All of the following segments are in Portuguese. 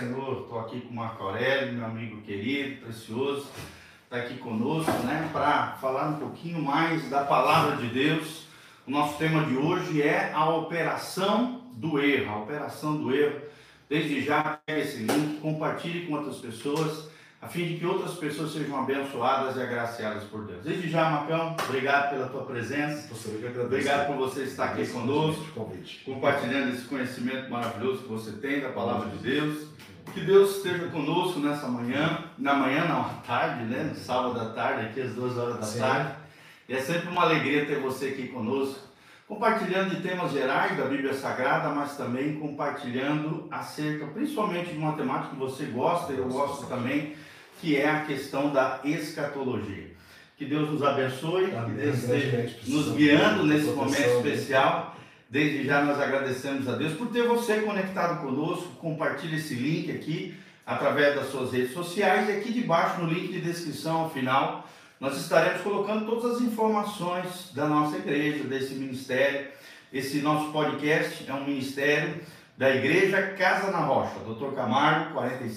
Senhor, estou aqui com o Marco Aurélio, meu amigo querido, precioso, está aqui conosco, né, para falar um pouquinho mais da palavra de Deus. O nosso tema de hoje é a operação do erro, a operação do erro. Desde já, pegue esse link, compartilhe com outras pessoas, a fim de que outras pessoas sejam abençoadas e agraciadas por Deus. Desde já, Marcão, obrigado pela tua presença. Obrigado por você estar aqui conosco, compartilhando esse conhecimento maravilhoso que você tem da palavra de Deus. Que Deus esteja conosco nessa manhã, à tarde, né? No sábado à tarde, aqui às 2 horas da tarde. E é sempre uma alegria ter você aqui conosco, compartilhando de temas gerais da Bíblia Sagrada, mas também compartilhando acerca, principalmente de uma temática que você gosta e eu gosto também, que é a questão da escatologia. Que Deus nos abençoe, que Deus esteja nos guiando nesse momento especial. Desde já nós agradecemos a Deus por ter você conectado conosco. Compartilhe esse link aqui através das suas redes sociais e aqui debaixo no link de descrição ao final nós estaremos colocando todas as informações da nossa igreja, desse ministério. Esse nosso podcast é um ministério da Igreja Casa na Rocha, Dr. Camargo,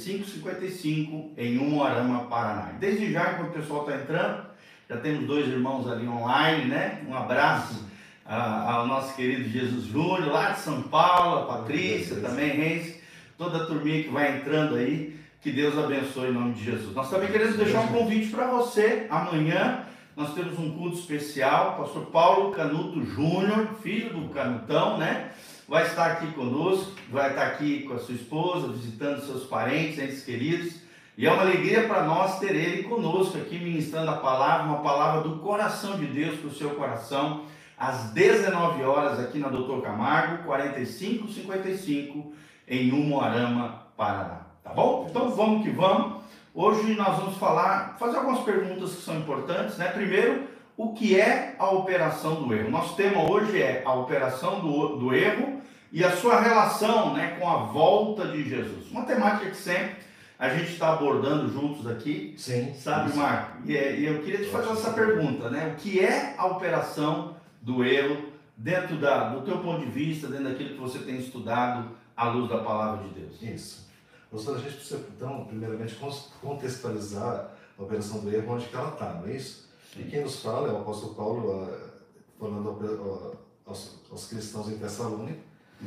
4555, em Umuarama, Paraná. Desde já, enquanto o pessoal está entrando, já temos 2 irmãos ali online, né? Um abraço ao nosso querido Jesus Júnior, lá de São Paulo, a Patrícia, também, Rense, toda a turminha que vai entrando aí. Que Deus abençoe em nome de Jesus. Nós também queremos deixar um convite para você. Amanhã nós temos um culto especial. Pastor Paulo Canuto Júnior, filho do Canutão, né? Vai estar aqui conosco, vai estar aqui com a sua esposa, visitando seus parentes, entes queridos. E é uma alegria para nós ter ele conosco aqui, ministrando a palavra, uma palavra do coração de Deus para o seu coração, às 19 horas, aqui na Dr. Camargo, 4555, em Umuarama, Paraná. Tá bom? Então vamos que vamos. Hoje nós vamos fazer algumas perguntas que são importantes, né? Primeiro, o que é a operação do erro? Nosso tema hoje é a operação do erro e a sua relação, né, com a volta de Jesus. Uma temática que sempre a gente está abordando juntos aqui. Sim. Sabe, Marco? E eu queria te fazer essa pergunta, né? O que é a operação do erro dentro do teu ponto de vista, dentro daquilo que você tem estudado à luz da palavra de Deus? Isso. Pastor, a gente precisa, então, primeiramente, contextualizar a operação do erro onde que ela está, não é isso? Sim. E quem nos fala é o apóstolo Paulo, falando aos cristãos em Tessalônica.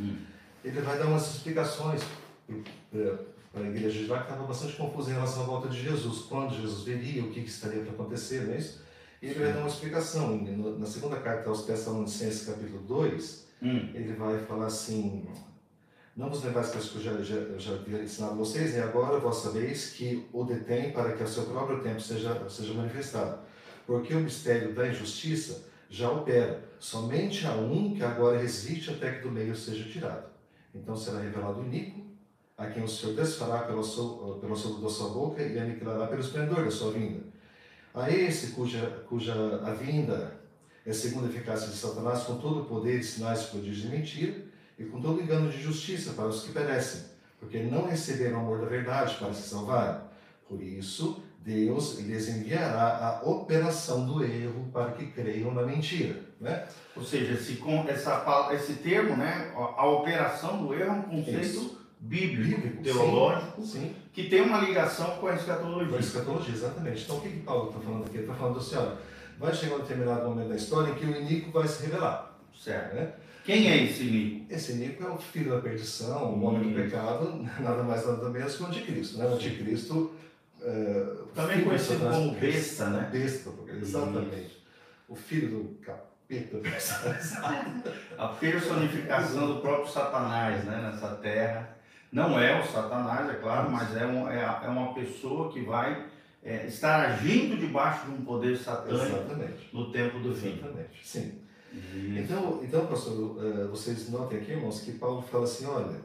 Ele vai dar umas explicações para a igreja de lá que estava bastante confusa em relação à volta de Jesus, quando Jesus viria, o que estaria para acontecer, não é isso? E ele vai dar uma explicação. Na segunda carta aos Tessalonicenses, capítulo 2, ele vai falar assim: não vos lembrais que eu já havia ensinado vocês, e agora vós sabeis que o detém para que a seu próprio tempo seja manifestado. Porque o mistério da injustiça já opera, somente há um que agora resiste até que do meio seja tirado. Então será revelado o iníquo, a quem o Senhor desfará pelo sopro da sua boca e aniquilará pelo esplendor da sua vinda. A esse cuja a vinda é segundo a eficácia de Satanás, com todo o poder e sinais, prodígios de mentira, e com todo engano de justiça para os que perecem, porque não receberam o amor da verdade para se salvarem. Por isso, Deus lhes enviará a operação do erro para que creiam na mentira. Né? Ou seja, esse termo, né, a operação do erro é um conceito bíblico, teológico, sim, que tem uma ligação com a escatologia. Com a escatologia, exatamente. Então, o que Paulo está falando aqui? Ele está falando assim, olha, vai chegar um determinado momento da história em que o iníquo vai se revelar. Certo. Né? Quem é esse iníquo? Esse iníquo é o filho da perdição, o homem do pecado, nada mais nada menos que o anticristo. Né? O anticristo, também conhecido como besta, né? Besta, exatamente. O filho do capeta. A personificação do próprio Satanás, né, nessa terra. Não é o Satanás, é claro, mas é uma pessoa que vai estar agindo debaixo de um poder satânico no tempo do fim. Exatamente, sim. Então, pastor, vocês notem aqui, irmãos, que Paulo fala assim, olha,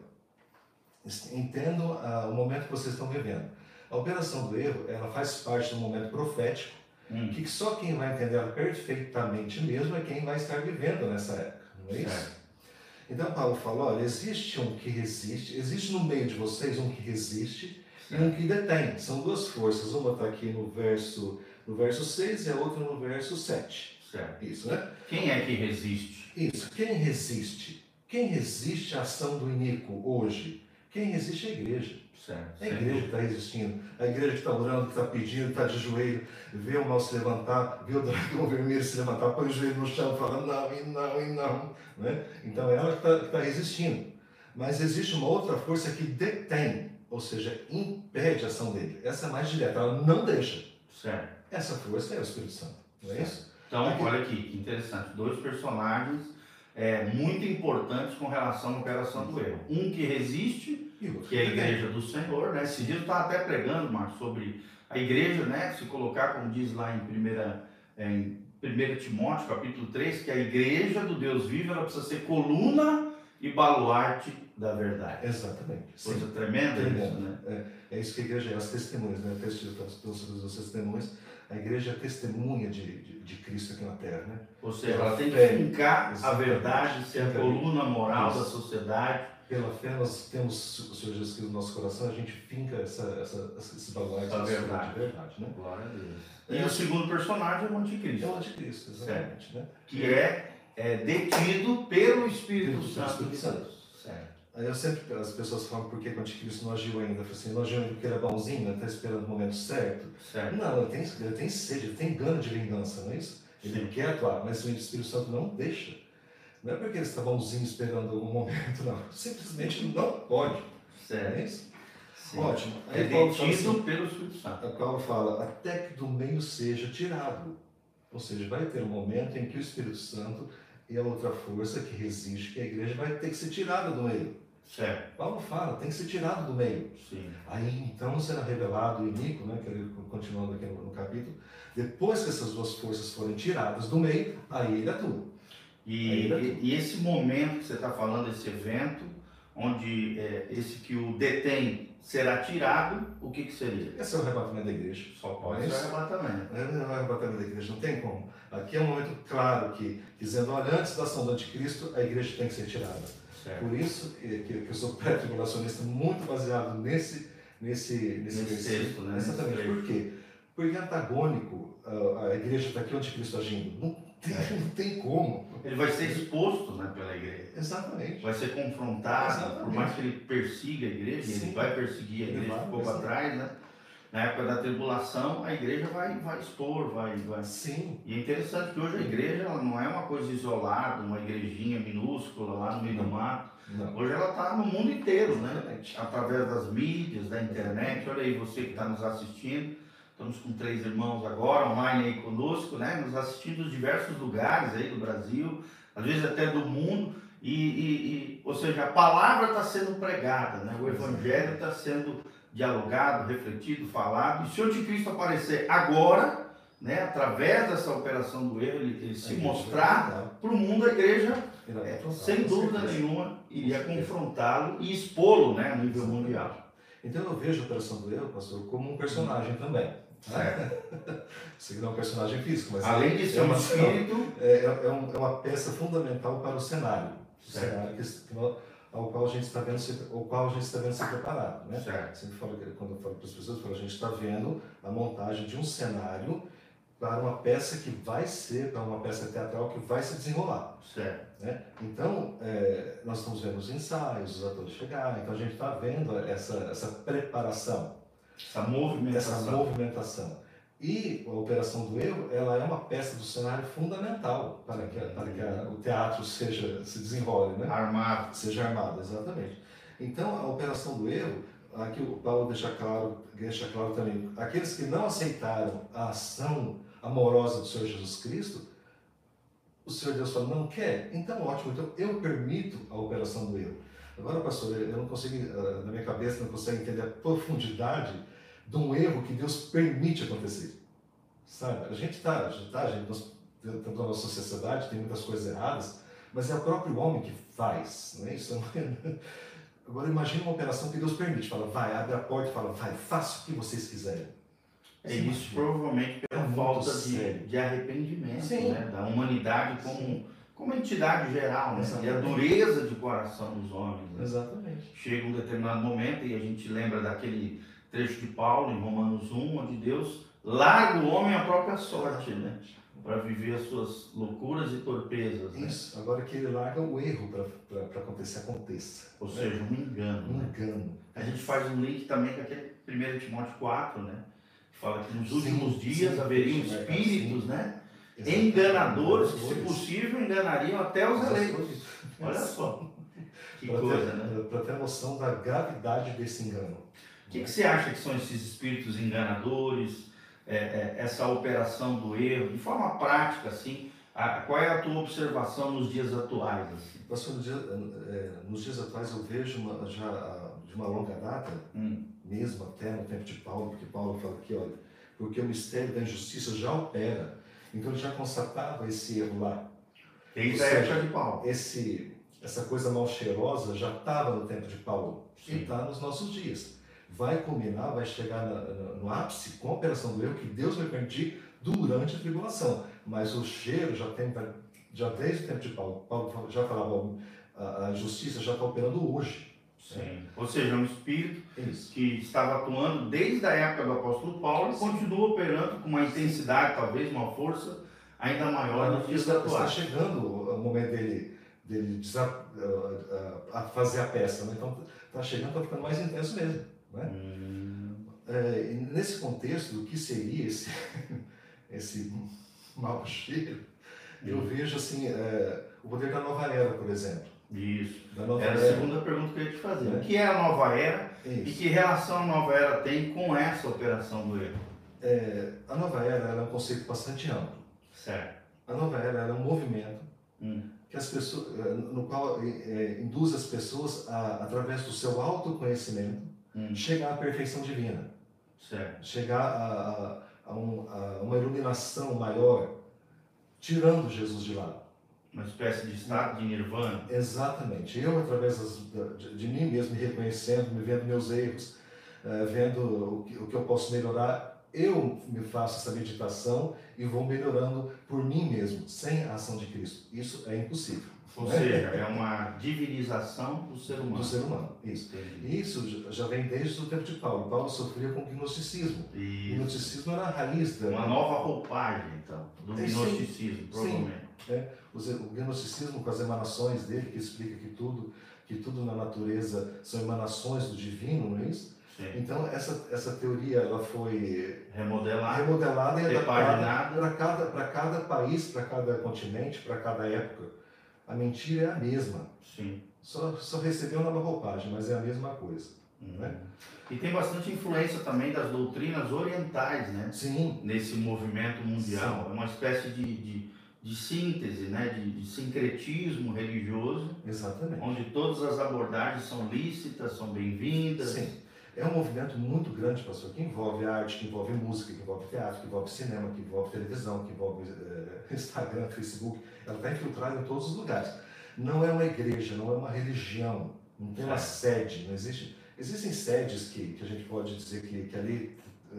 entendo o momento que vocês estão vivendo. A operação do erro, ela faz parte do momento profético, que só quem vai entender ela perfeitamente mesmo é quem vai estar vivendo nessa época, não é isso? Então, Paulo fala, olha, existe um que resiste, existe no meio de vocês um que resiste e um que detém. São duas forças, uma está aqui no verso 6 e a outra no verso 7. Certo. Isso, né? Quem é que resiste? Isso. Quem resiste? Quem resiste à ação do iníquo hoje? Quem resiste é a igreja. Certo. É a igreja que está resistindo, a igreja que está orando, que está pedindo, está de joelho, vê o mal se levantar, vê o dragão vermelho se levantar, põe o joelho no chão e fala não, e não, e não. Né? Então é ela que está resistindo. Mas existe uma outra força que detém, ou seja, impede a ação dele. Essa é mais direta, ela não deixa. Certo. Essa força é o Espírito Santo, não é isso? Então, olha aqui, que interessante. Dois personagens muito importantes com relação à operação do erro. Um que resiste, que é a igreja do Senhor, né? Esse dia eu estava até pregando, Marcos, sobre a igreja, né? Se colocar, como diz lá em 1 Timóteo, capítulo 3, que a igreja do Deus vivo, ela precisa ser coluna e baluarte da verdade. Exatamente. Coisa tremenda isso, né? É isso que a igreja é, as testemunhas, né? O texto dos testemunhas. A igreja é testemunha de Cristo aqui na Terra, né? Ou seja, ela tem que fincar a verdade, ser a coluna moral da sociedade. Pela fé nós temos o Senhor Jesus Cristo no nosso coração, a gente finca esse baluarte da verdade. De verdade, né? Glória a Deus. E o segundo personagem é o anticristo. É o anticristo, exatamente. Né? Que é detido pelo Espírito Santo de Deus. Certo. Aí as pessoas falam por que o anticristo não agiu ainda. Eu falo assim, não agiu ainda porque ele é bonzinho, está esperando o momento certo. Não, ele tem sede, ele tem gana de vingança, não é isso? Ele quer atuar, mas o Espírito Santo não deixa. Não é porque ele está bonzinho esperando um momento, não. Simplesmente não pode. Certo. Não é isso? Sim. Ótimo. Aí detido assim, pelo Espírito Santo. A Paulo fala, até que do meio seja tirado. Ou seja, vai ter um momento em que o Espírito Santo e a outra força que resiste, que a igreja vai ter que ser tirada do meio. Certo. Paulo fala, tem que ser tirado do meio. Sim. Aí então será revelado o iníquo, né, que ele, continuando aqui no capítulo, depois que essas duas forças forem tiradas do meio, aí ele atua. E esse momento que você está falando, esse evento, onde esse que o detém será tirado, o que seria? Esse é o arrebatamento da igreja. Só pode ser o arrebatamento. É o arrebatamento da igreja, não tem como. Aqui é um momento claro que, dizendo, olha, antes da ação do anticristo, a igreja tem que ser tirada. Certo. Por isso que eu sou pré-tribulacionista, muito baseado nesse texto, né? Exatamente. Por quê? Porque é antagônico a igreja está aqui, o anticristo agindo. Não tem como. Ele vai ser exposto, né, pela igreja. Exatamente. Vai ser confrontado. Exatamente. Por mais que ele persiga a igreja, Sim. ele vai perseguir a igreja um pouco atrás, né? Na época da tribulação, a igreja vai expor, vai. Sim. E é interessante que hoje a igreja ela não é uma coisa isolada, uma igrejinha minúscula lá no meio do mato. Não. Hoje ela está no mundo inteiro, né? Exatamente. Através das mídias, da internet. Olha aí, você que está nos assistindo. Estamos com 3 irmãos agora, online aí conosco, né? Nos assistindo dos diversos lugares aí do Brasil, às vezes até do mundo. Ou seja, a palavra está sendo pregada, né? O evangelho está sendo dialogado, refletido, falado. E se o anticristo aparecer agora, né, através dessa operação do erro, ele se mostrar para o mundo, a igreja, sem dúvida nenhuma, iria confrontá-lo e expô-lo, né, a nível mundial. Então eu vejo a operação do erro, pastor, como um personagem também. Isso não é um personagem físico, mas além de ser um espírito, é uma peça fundamental para o cenário. O cenário ao qual a gente está vendo se preparado, né? Sempre falo, quando eu falo para as pessoas, a gente está vendo a montagem de um cenário para uma peça que vai ser, para uma peça teatral que vai se desenrolar. Né? Então, nós estamos vendo os ensaios, os atores chegarem, então a gente está vendo essa preparação, essa movimentação. E a operação do erro, ela é uma peça do cenário fundamental para que o teatro se desenrole, né? Seja armado, exatamente. Então, a operação do erro, aqui o Paulo deixa claro também, aqueles que não aceitaram a ação amorosa do Senhor Jesus Cristo, o Senhor Deus fala, não quer? Então, ótimo, então eu permito a operação do erro. Agora, pastor, eu não consigo, na minha cabeça, não consigo entender a profundidade de um erro que Deus permite acontecer. Sabe? A gente nós temos a nossa sociedade, tem muitas coisas erradas, mas é o próprio homem que faz, não é isso? Agora imagine uma operação que Deus permite, fala, vai, abre a porta e fala, vai, faça o que vocês quiserem. Isso provavelmente pela falta de arrependimento, né? Da humanidade como entidade geral, né? E a dureza de coração dos homens. Né? Exatamente. Chega um determinado momento e a gente lembra daquele trecho de Paulo em Romanos 1, onde Deus larga o homem à própria sorte, né? para viver as suas loucuras e torpezas. Né? Isso, agora que ele larga o erro para acontecer, aconteça. Ou seja, um engano. Um Né? engano. A gente faz um link também com aquele 1 Timóteo 4, né? Que fala que nos Sim, últimos dias sim, haveriam sim, espíritos, sim. né? Exatamente. Enganadores que, se possível, enganariam até os eleitos. Olha só, que coisa, né? Para ter noção da gravidade desse engano. O que você acha que são esses espíritos enganadores, essa operação do erro, de forma prática, assim, qual é a tua observação nos dias atuais? Assim? Pastor, nos dias atuais eu vejo já de uma longa data, mesmo até no tempo de Paulo, porque Paulo fala aqui, olha, porque o mistério da injustiça já opera, então ele já constatava esse erro lá. Desde a época de Paulo. Essa coisa mal cheirosa já estava no tempo de Paulo. Sim. E está nos nossos dias. Vai culminar, vai chegar no ápice com a operação do erro que Deus vai permitir durante a tribulação. Mas o cheiro já desde o tempo de Paulo. Paulo já falava, a justiça já está operando hoje. Sim. Né? Ou seja, é um espírito Isso. que estava atuando desde a época do apóstolo Paulo e continua operando com uma intensidade, talvez uma força ainda maior nos dias atuais. Está chegando o momento dele a fazer a peça, né? Então está chegando, está ficando mais intenso mesmo. Né? Nesse contexto, o que seria esse mau cheiro, eu vejo assim, o poder da nova era, por exemplo. Isso. Era a segunda pergunta que eu ia te fazer. O que é a nova era e que relação a nova era tem com essa operação do erro? A nova era é um conceito bastante amplo. Certo. A nova era é um movimento que as pessoas, no qual induz as pessoas através do seu autoconhecimento, chegar à perfeição divina. Certo. Chegar a uma iluminação maior, tirando Jesus de lado. Uma espécie de estado de nirvana. Exatamente. Eu, através de mim mesmo, me reconhecendo, me vendo meus erros, vendo o que eu posso melhorar, eu me faço essa meditação e vou melhorando por mim mesmo, sem a ação de Cristo. Isso é impossível. Ou seja, é uma divinização do ser humano. Do ser humano, isso. Entendi. Isso já vem desde o tempo de Paulo. Paulo sofria com o gnosticismo. O gnosticismo era a raiz da... Uma nova roupagem, então, do gnosticismo, provavelmente. O gnosticismo, com as emanações dele, que explica que tudo na natureza são emanações do divino, não é isso? Sim. Então, essa teoria ela foi remodelada e adaptada para cada país, para cada continente, para cada época. A mentira é a mesma. Sim. Só recebeu nova roupagem, mas é a mesma coisa. Né? E tem bastante influência também das doutrinas orientais, né? Sim. Nesse movimento mundial. Sim. É uma espécie de síntese, né? De sincretismo religioso. Exatamente. Onde todas as abordagens são lícitas, são bem-vindas. Sim. É um movimento muito grande, pastor, que envolve arte, que envolve música, que envolve teatro, que envolve cinema, que envolve televisão, que envolve Instagram, Facebook. Ela está infiltrada em todos os lugares. Não é uma igreja, não é uma religião, não tem uma sede, não existe. Existem sedes que a gente pode dizer que ali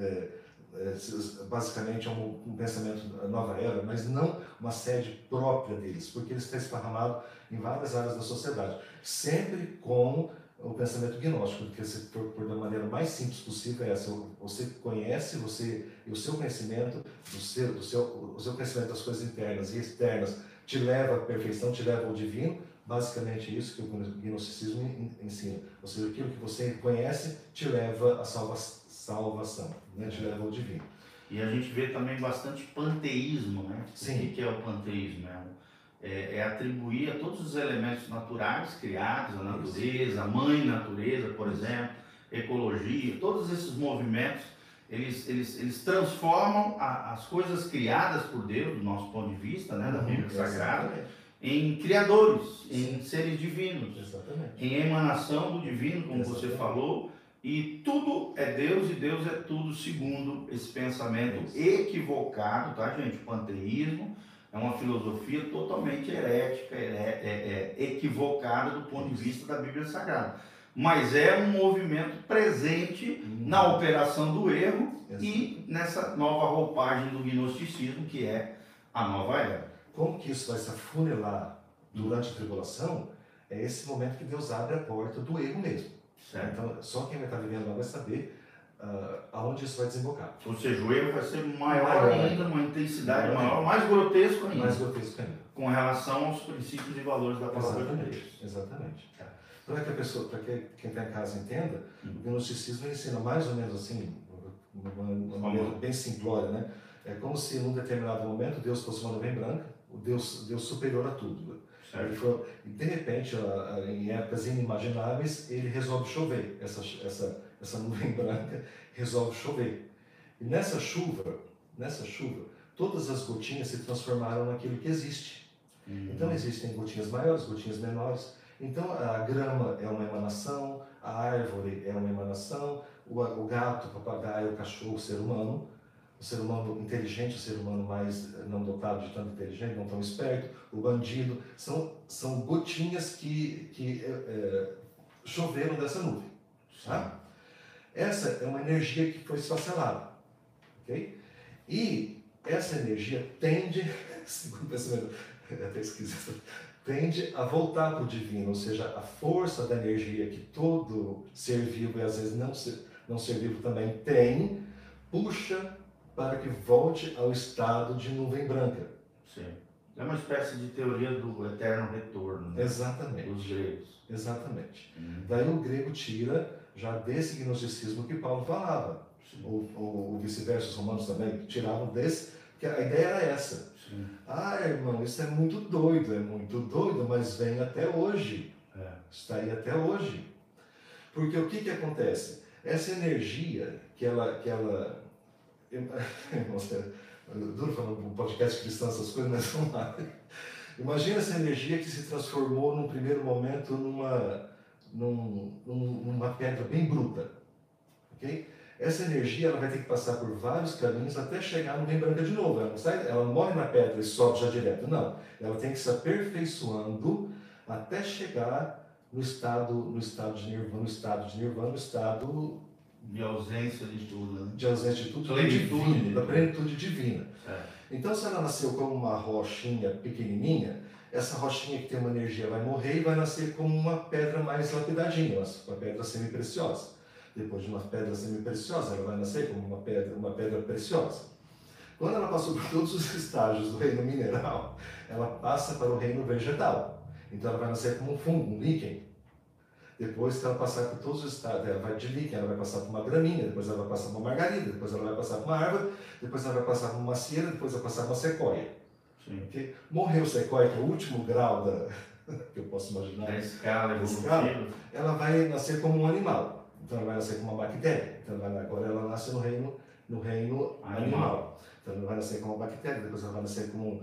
basicamente é um pensamento da nova era, mas não uma sede própria deles, porque ele está esparramado em várias áreas da sociedade, sempre com o pensamento gnóstico, que se for da maneira mais simples possível é essa: você conhece, e o seu conhecimento, o seu conhecimento das coisas internas e externas te leva à perfeição, te leva ao divino. Basicamente isso que o gnosticismo ensina. Ou seja, aquilo que você conhece te leva à salvação, né? Te leva ao divino. E a gente vê também bastante panteísmo, né? Sim. O que é o panteísmo? É atribuir a todos os elementos naturais criados, a natureza, a mãe natureza, por exemplo, ecologia, todos esses movimentos, eles transformam as coisas criadas por Deus, do nosso ponto de vista, né, da Bíblia Sagrada, em criadores, em seres divinos. Exatamente. Em emanação do divino, como você falou, e tudo é Deus e Deus é tudo, segundo esse pensamento equivocado, tá, gente? O panteísmo é uma filosofia totalmente herética, equivocada do ponto de vista da Bíblia Sagrada. Mas é um movimento presente na operação do erro e nessa nova roupagem do gnosticismo, que é a nova era. Como que isso vai se afunilar durante a tribulação? É esse momento que Deus abre a porta do erro mesmo. Certo. Então, só quem vai estar vivendo lá vai saber aonde isso vai desembocar. Ou seja, o erro vai ser maior ainda, uma intensidade maior, mais grotesco ainda. Mais grotesco ainda. Com relação aos princípios e valores da palavra de Deus. Exatamente. Para que a pessoa, para que quem está em casa entenda, o gnosticismo ensina mais ou menos assim, uma maneira bem simplória, né? É como se num determinado momento Deus fosse uma nuvem branca, o Deus superior a tudo. E de repente, em épocas inimagináveis, ele resolve chover. Essa nuvem branca resolve chover. E nessa chuva, todas as gotinhas se transformaram naquilo que existe. Então existem gotinhas maiores, gotinhas menores. Então a grama é uma emanação, a árvore é uma emanação, o gato, o papagaio, o cachorro, o ser humano inteligente, o ser humano mais não dotado de tanto inteligente, não tão esperto, o bandido, são gotinhas que choveram dessa nuvem. Tá? Essa é uma energia que foi esfacelada. Okay? E essa energia tende, segundo o pensamento, é até esquisito, tende a voltar para o divino, ou seja, a força da energia que todo ser vivo e às vezes não ser vivo também tem, puxa para que volte ao estado de nuvem branca. Sim. É uma espécie de teoria do eterno retorno, né? Exatamente. Dos gregos. Exatamente. Daí o grego tira já desse gnosticismo que Paulo falava. Ou vice-versa, os romanos também tiravam desse, porque a ideia era essa. Sim. Irmão, isso é muito doido, mas vem até hoje. Está aí até hoje. Porque o que acontece? Essa energia que ela duro falando um podcast cristão, essas coisas, mas vamos lá. Imagina essa energia que se transformou num primeiro momento numa pedra bem bruta. Okay? Essa energia ela vai ter que passar por vários caminhos até chegar no nuvem branca de novo. Ela não morre na pedra e sobe já direto. Não. Ela tem que se aperfeiçoando até chegar no estado de nirvana, no estado de ausência de tudo, né? De ausência de tudo, plenitude, da plenitude divina. É. Então, se ela nasceu como uma rochinha pequenininha, essa rochinha que tem uma energia vai morrer e vai nascer como uma pedra mais lapidadinha, uma pedra semi-preciosa. Depois de uma pedra semi-preciosa, ela vai nascer como uma pedra preciosa. Quando ela passou por todos os estágios do reino mineral, ela passa para o reino vegetal. Então, ela vai nascer como um fungo, um líquen. Depois que ela passar por todos os estágios, ela vai de líquen, ela vai passar por uma graminha, depois ela vai passar por uma margarida, depois ela vai passar por uma árvore, depois ela vai passar por uma macieira, depois ela vai passar por uma sequoia. Okay? Morreu o sequoia, que é o último grau que eu posso imaginar. A escala evolutiva. Ela vai nascer como um animal. Então ela vai nascer como uma bactéria. Então agora ela nasce no reino animal. Então ela vai nascer como uma bactéria, depois ela vai nascer como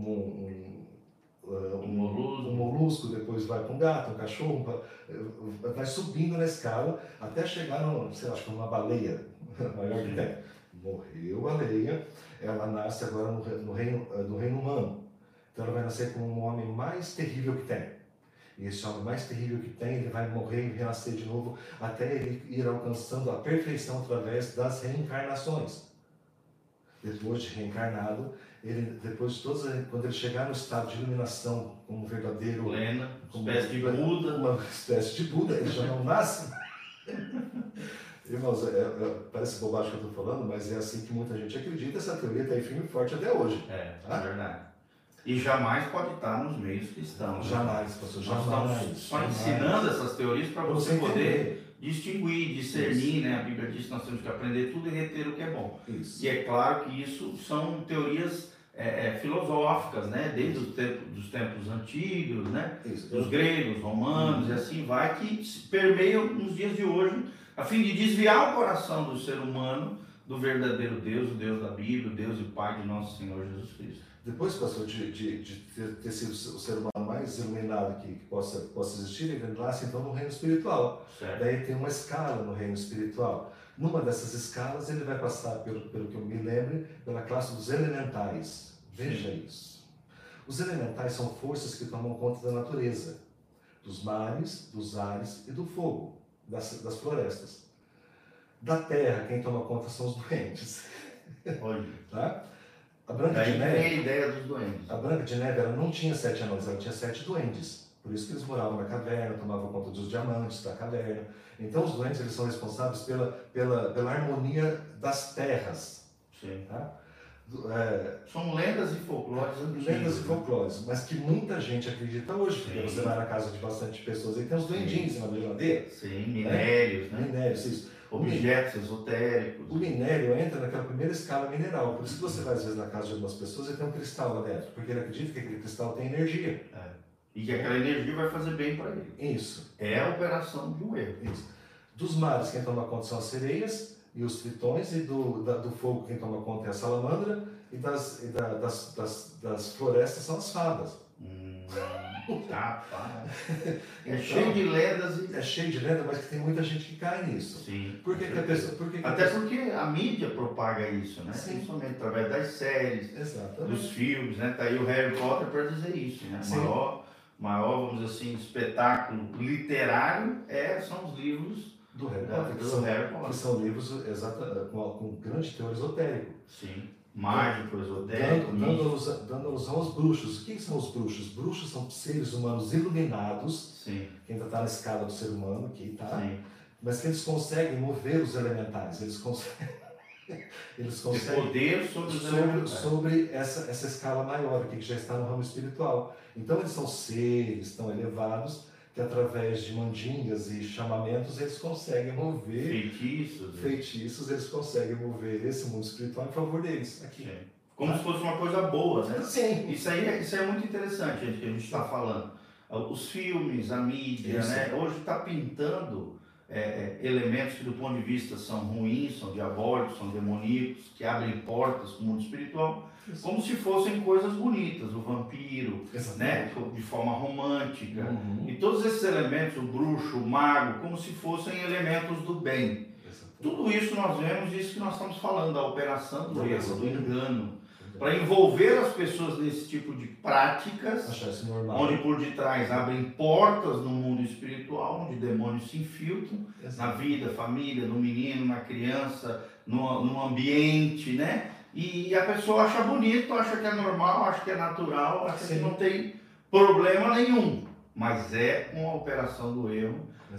um molusco, depois vai com um gato, um cachorro, vai subindo na escala até chegar acho que numa baleia maior que tem. Morreu a baleia, ela nasce agora no reino humano. Então ela vai nascer como um homem mais terrível que tem. E esse homem mais terrível que tem, ele vai morrer e renascer de novo até ele ir alcançando a perfeição através das reencarnações. Depois de reencarnado, quando ele chegar no estado de iluminação como um verdadeiro plena, uma espécie de Buda, ele já não nasce. Irmãos, parece bobagem que eu estou falando, mas é assim que muita gente acredita. Essa teoria está aí firme e forte até hoje. É verdade. E jamais pode estar nos meios cristãos. Jamais, pastor, jamais. Nós estamos só ensinando essas teorias para você poder distinguir, discernir, né? A Bíblia diz que nós temos que aprender tudo e reter o que é bom. Isso. E é claro que isso são teorias filosóficas, né? Desde os tempos antigos, né? Isso. Dos gregos, romanos e assim vai, que permeiam nos dias de hoje, a fim de desviar o coração do ser humano do verdadeiro Deus, o Deus da Bíblia, o Deus e Pai de nosso Senhor Jesus Cristo. Depois, pastor, de ter sido o ser humano mais iluminado que possa existir, ele nasce então no reino espiritual. Certo. Daí tem uma escala no reino espiritual. Numa dessas escalas, ele vai passar, pelo que eu me lembro, pela classe dos elementais. Veja isso. Os elementais são forças que tomam conta da natureza, dos mares, dos ares e do fogo, das florestas. Da terra, quem toma conta são os doentes. Olha. Tá? A Branca Daí de Neve, tem a ideia dos doentes. a Branca de Neve, ela não tinha 7 anões, ela tinha 7 duendes. Por isso que eles moravam na caverna, tomavam conta dos diamantes da caverna. Então os duendes eles são responsáveis pela harmonia das terras. Sim. Tá? São lendas e folclores antigos. Lendas e folclores, mas que muita gente acredita hoje, porque você vai na casa de bastante pessoas e tem os duendinhos em cima da geladeira. Sim, minérios, né? Minérios, isso. Objetos esotéricos. O minério entra naquela primeira escala mineral, por isso que você vai às vezes na casa de algumas pessoas e tem um cristal lá dentro, porque ele acredita que aquele cristal tem energia. E que aquela energia vai fazer bem para ele. Isso. É a operação de um erro. Isso. Dos mares, quem toma conta são as sereias e os tritões, e do fogo, quem toma conta é a salamandra, e das florestas são as fadas. Rapaz. Então, Cheio de lendas e... É cheio de lenda, mas que tem muita gente que cai nisso. Sim. Por que a pessoa... Até porque a mídia propaga isso, né? Sim. Principalmente através das séries, Exatamente. dos filmes, né? Tá aí o Harry Potter para dizer isso, né? Maior, vamos dizer assim, espetáculo literário são os livros do Harry Potter, que são livros com grande teor esotérico. Sim. Mágico, esotérico. Dando alusão aos bruxos. O que são os bruxos? Bruxos são seres humanos iluminados, Sim. que ainda está na escala do ser humano, aqui, tá? Sim. Mas que eles conseguem mover os elementais. Eles conseguem poder sobre os elementais. Sobre essa escala maior aqui, que já está no ramo espiritual. Então eles são seres tão elevados que através de mandingas e chamamentos eles conseguem mover feitiços, eles conseguem mover esse mundo espiritual em favor deles aqui. Sim. Como se fosse uma coisa boa, né? Sim. Isso é muito interessante, gente, que a gente está falando. Os filmes, a mídia, né? Hoje está pintando elementos que do ponto de vista são ruins, são diabólicos, são demoníacos, que abrem portas para o mundo espiritual, como se fossem coisas bonitas, o vampiro, né, de forma romântica, e todos esses elementos, o bruxo, o mago, como se fossem elementos do bem. Tudo isso nós vemos, isso que nós estamos falando, da operação do erro, do engano, para envolver as pessoas nesse tipo de práticas, onde por detrás abrem portas no mundo espiritual, onde demônios se infiltram na vida, família, no menino, na criança, no ambiente, né? E a pessoa acha bonito, acha que é normal, acha que é natural, acha que não tem problema nenhum. Mas é uma operação do erro,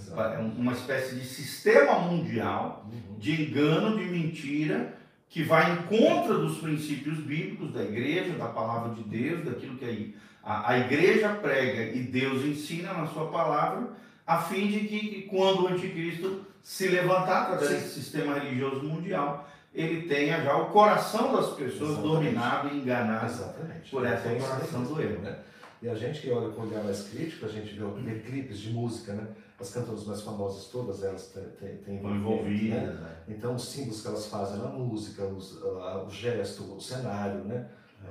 uma espécie de sistema mundial de engano, de mentira, que vai em contra dos princípios bíblicos da igreja, da palavra de Deus, daquilo que a igreja prega e Deus ensina na sua palavra, a fim de que quando o anticristo se levantar através desse sistema religioso mundial, ele tenha já o coração das pessoas dominado e enganado por essa operação do erro. Né? E a gente que olha com um olhar mais crítico, a gente vê clipes de música, né? As cantoras mais famosas, todas elas têm envolvidas. Né? Então, os símbolos que elas fazem na música, o gesto, o cenário, né?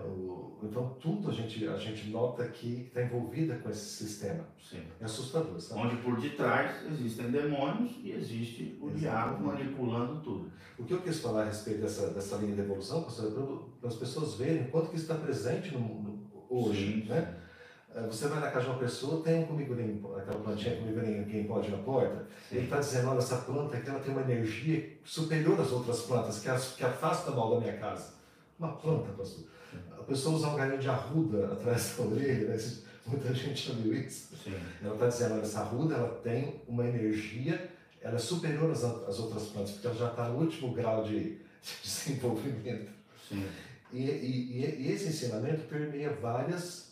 Então, tudo a gente nota que está envolvida com esse sistema. Sim. É assustador, sabe? Onde por detrás existem demônios e existe o diabo manipulando tudo. O que eu quis falar a respeito dessa linha de evolução, para as pessoas verem o quanto que isso está presente no mundo hoje, sim, né? Você vai na casa de uma pessoa, tem um comigoninho, aquela plantinha comigoninho que pode na porta, ele está dizendo, olha, essa planta aqui ela tem uma energia superior às outras plantas, que afasta mal da minha casa. Uma planta, pastor. A pessoa usa um galinho de arruda atrás da orelha, né? Muita gente já viu isso. Sim. Ela está dizendo, olha, essa arruda ela tem uma energia, ela é superior às outras plantas, porque ela já está no último grau de desenvolvimento. Sim. E esse ensinamento permeia várias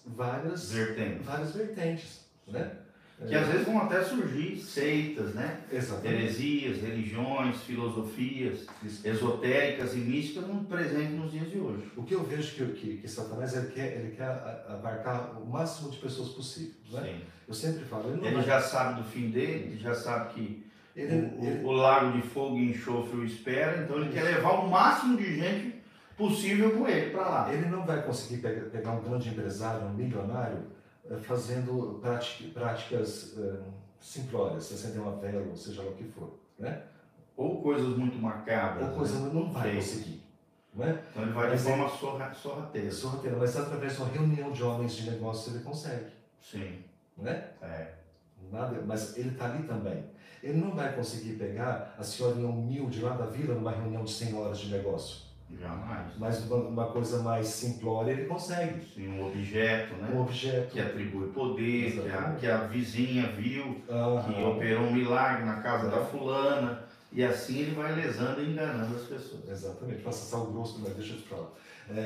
vertentes, né? Que às vezes vão até surgir seitas, né? Exatamente. Heresias, religiões, filosofias esotéricas e místicas presentes nos dias de hoje. O que eu vejo que Satanás ele quer abarcar o máximo de pessoas possível, né? Sim. Eu sempre falo, ele já sabe do fim dele, ele já sabe que o lago de fogo e enxofre o espera, então ele quer levar o máximo de gente possível com ele para lá. Ele não vai conseguir pegar um grande empresário, um milionário, fazendo práticas simplórias, acender uma vela, ou seja lá o que for, né? Ou coisas muito macabras. Ou coisas não vai conseguir, né? Então ele vai de forma sorrateira. Sorrateira, mas através de uma reunião de homens de negócios ele consegue. Sim. Né? Mas ele está ali também. Ele não vai conseguir pegar a senhorinha humilde lá da vila numa reunião de senhoras de negócio. Jamais. Mas uma coisa mais simplória ele consegue. Sim, um objeto, né? Um objeto. Que atribui poder, Exatamente. que a vizinha viu, que Aham. operou um milagre na casa da fulana, e assim ele vai lesando e enganando as pessoas. Exatamente. Passa sal grosso, mas deixa eu te falar.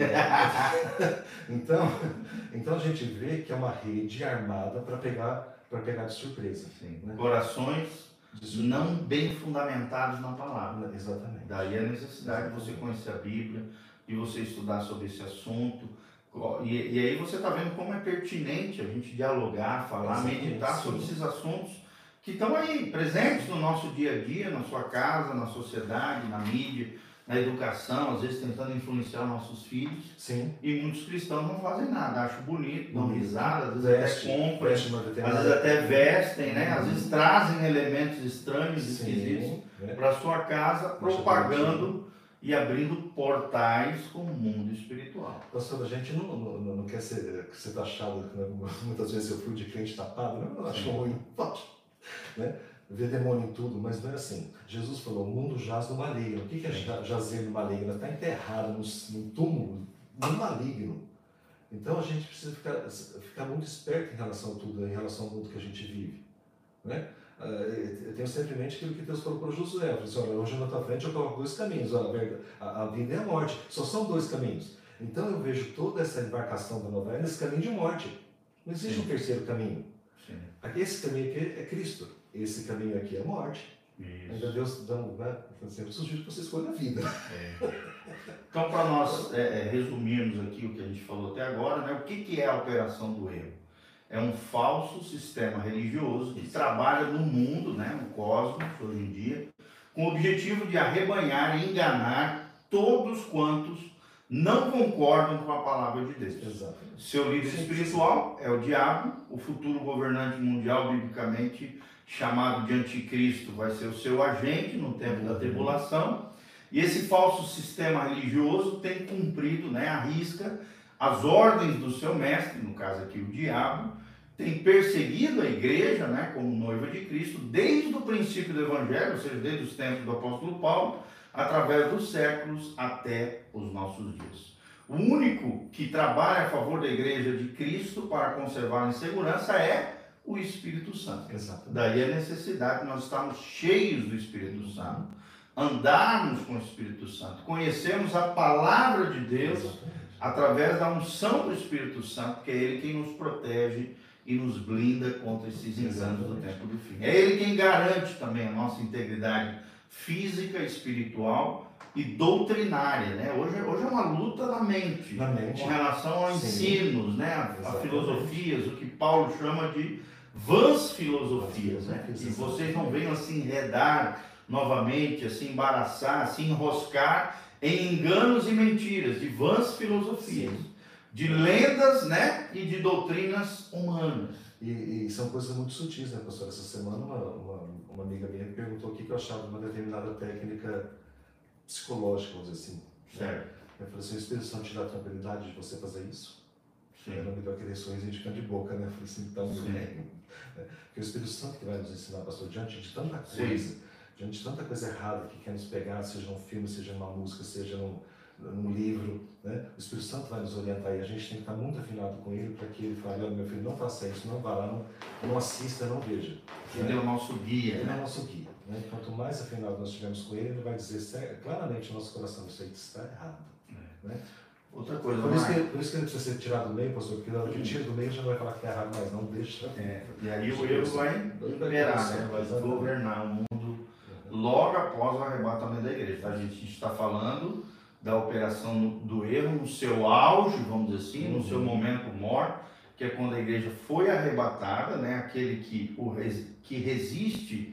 Então a gente vê que é uma rede armada para pegar de surpresa. Sim. Né? Corações não bem fundamentados na palavra. Exatamente. Daí a necessidade de você conhecer a Bíblia, de você estudar sobre esse assunto. E aí você está vendo como é pertinente a gente dialogar, falar, meditar sobre esses assuntos que estão aí, presentes no nosso dia a dia, na sua casa, na sociedade, na mídia, na educação, às vezes tentando influenciar nossos filhos. Sim. E muitos cristãos não fazem nada, acham bonito, dão risada, às vezes até compram, às vezes até vestem, né? Às vezes trazem elementos estranhos, esquisitos, para sua casa, propagando e abrindo portais com o mundo espiritual. Pastor, a gente não quer ser taxado, né? Muitas vezes eu fui de crente tapado, não acho ruim, né? Ver demônio em tudo, mas não é assim. Jesus falou, o mundo jaz no maligno. O que é jazer no maligno? Está enterrado no túmulo, no maligno. Então a gente precisa ficar muito esperto em relação a tudo, em relação ao mundo que a gente vive. Né? Eu tenho sempre em mente aquilo que Deus falou para Josué. Eu falei assim, olha, hoje na tua frente eu coloco 2 caminhos, a vida e a morte. Só são 2 caminhos. Então eu vejo toda essa embarcação da novela nesse caminho de morte. Não existe um terceiro caminho. Sim. Esse caminho aqui é Cristo. Esse caminho aqui é a morte. Isso. Ainda Deus dá eu sugiro que você escolha a vida. Então, para nós resumirmos aqui o que a gente falou até agora, né, o que é a operação do erro? É um falso sistema religioso que trabalha no mundo, né, no cosmos, hoje em dia, com o objetivo de arrebanhar e enganar todos quantos não concordam com a palavra de Deus. Exatamente. Seu líder espiritual é o diabo, o futuro governante mundial, biblicamente chamado de anticristo, vai ser o seu agente no tempo da tribulação. E esse falso sistema religioso tem cumprido, né, à risca as ordens do seu mestre, no caso aqui o diabo, tem perseguido a igreja, né, como noiva de Cristo, desde o princípio do Evangelho, ou seja, desde os tempos do apóstolo Paulo, através dos séculos até os nossos dias. O único que trabalha a favor da igreja de Cristo para conservar em segurança é o Espírito Santo. Exatamente. Daí a necessidade de nós estarmos cheios do Espírito Santo, andarmos com o Espírito Santo, conhecermos a palavra de Deus. Exatamente. Através da unção do Espírito Santo, que é Ele quem nos protege e nos blinda contra esses enganos do tempo do fim. É Ele quem garante também a nossa integridade física, espiritual e doutrinária, né? Hoje é uma luta na mente. Com relação a ensinos, né? A filosofias, o que Paulo chama de vãs filosofias, né? E vocês não venham assim enredar novamente, assim embaraçar, assim enroscar em enganos e mentiras, de vãs filosofias, de lendas, né, e de doutrinas humanas. E são coisas muito sutis, né, pastor? Essa semana uma amiga minha me perguntou o que eu achava de uma determinada técnica psicológica, vamos dizer assim. Certo. Eu falei assim, o Espírito Santo te dá a tranquilidade de você fazer isso? Sim. Ela me deu aquele sorriso de canto de boca, né? Eu falei assim, então, porque o Espírito Santo que vai nos ensinar, pastor, diante de tanta coisa, diante de tanta coisa errada que quer nos pegar, seja um filme, seja uma música, seja num livro, né? O Espírito Santo vai nos orientar e a gente tem que estar muito afinado com Ele para que Ele fale, olha, meu filho, não faça isso, não vá lá, não assista, não veja. Ele é o nosso guia. Ele é o nosso guia. Né? Quanto mais afinado nós estivermos com Ele, Ele vai dizer claramente no nosso coração, isso aí está errado. Né? Outra coisa, por isso que ele precisa ser tirado do meio, pastor, porque na hora que tira do meio já não vai falar que está errado mais, não deixa. E aí o erro vai imperar, né? Vai governar o mundo logo após o arrebatamento da igreja. A gente está falando da operação do erro no seu auge, vamos dizer assim, no seu momento maior, que é quando a igreja foi arrebatada, né? Aquele que resiste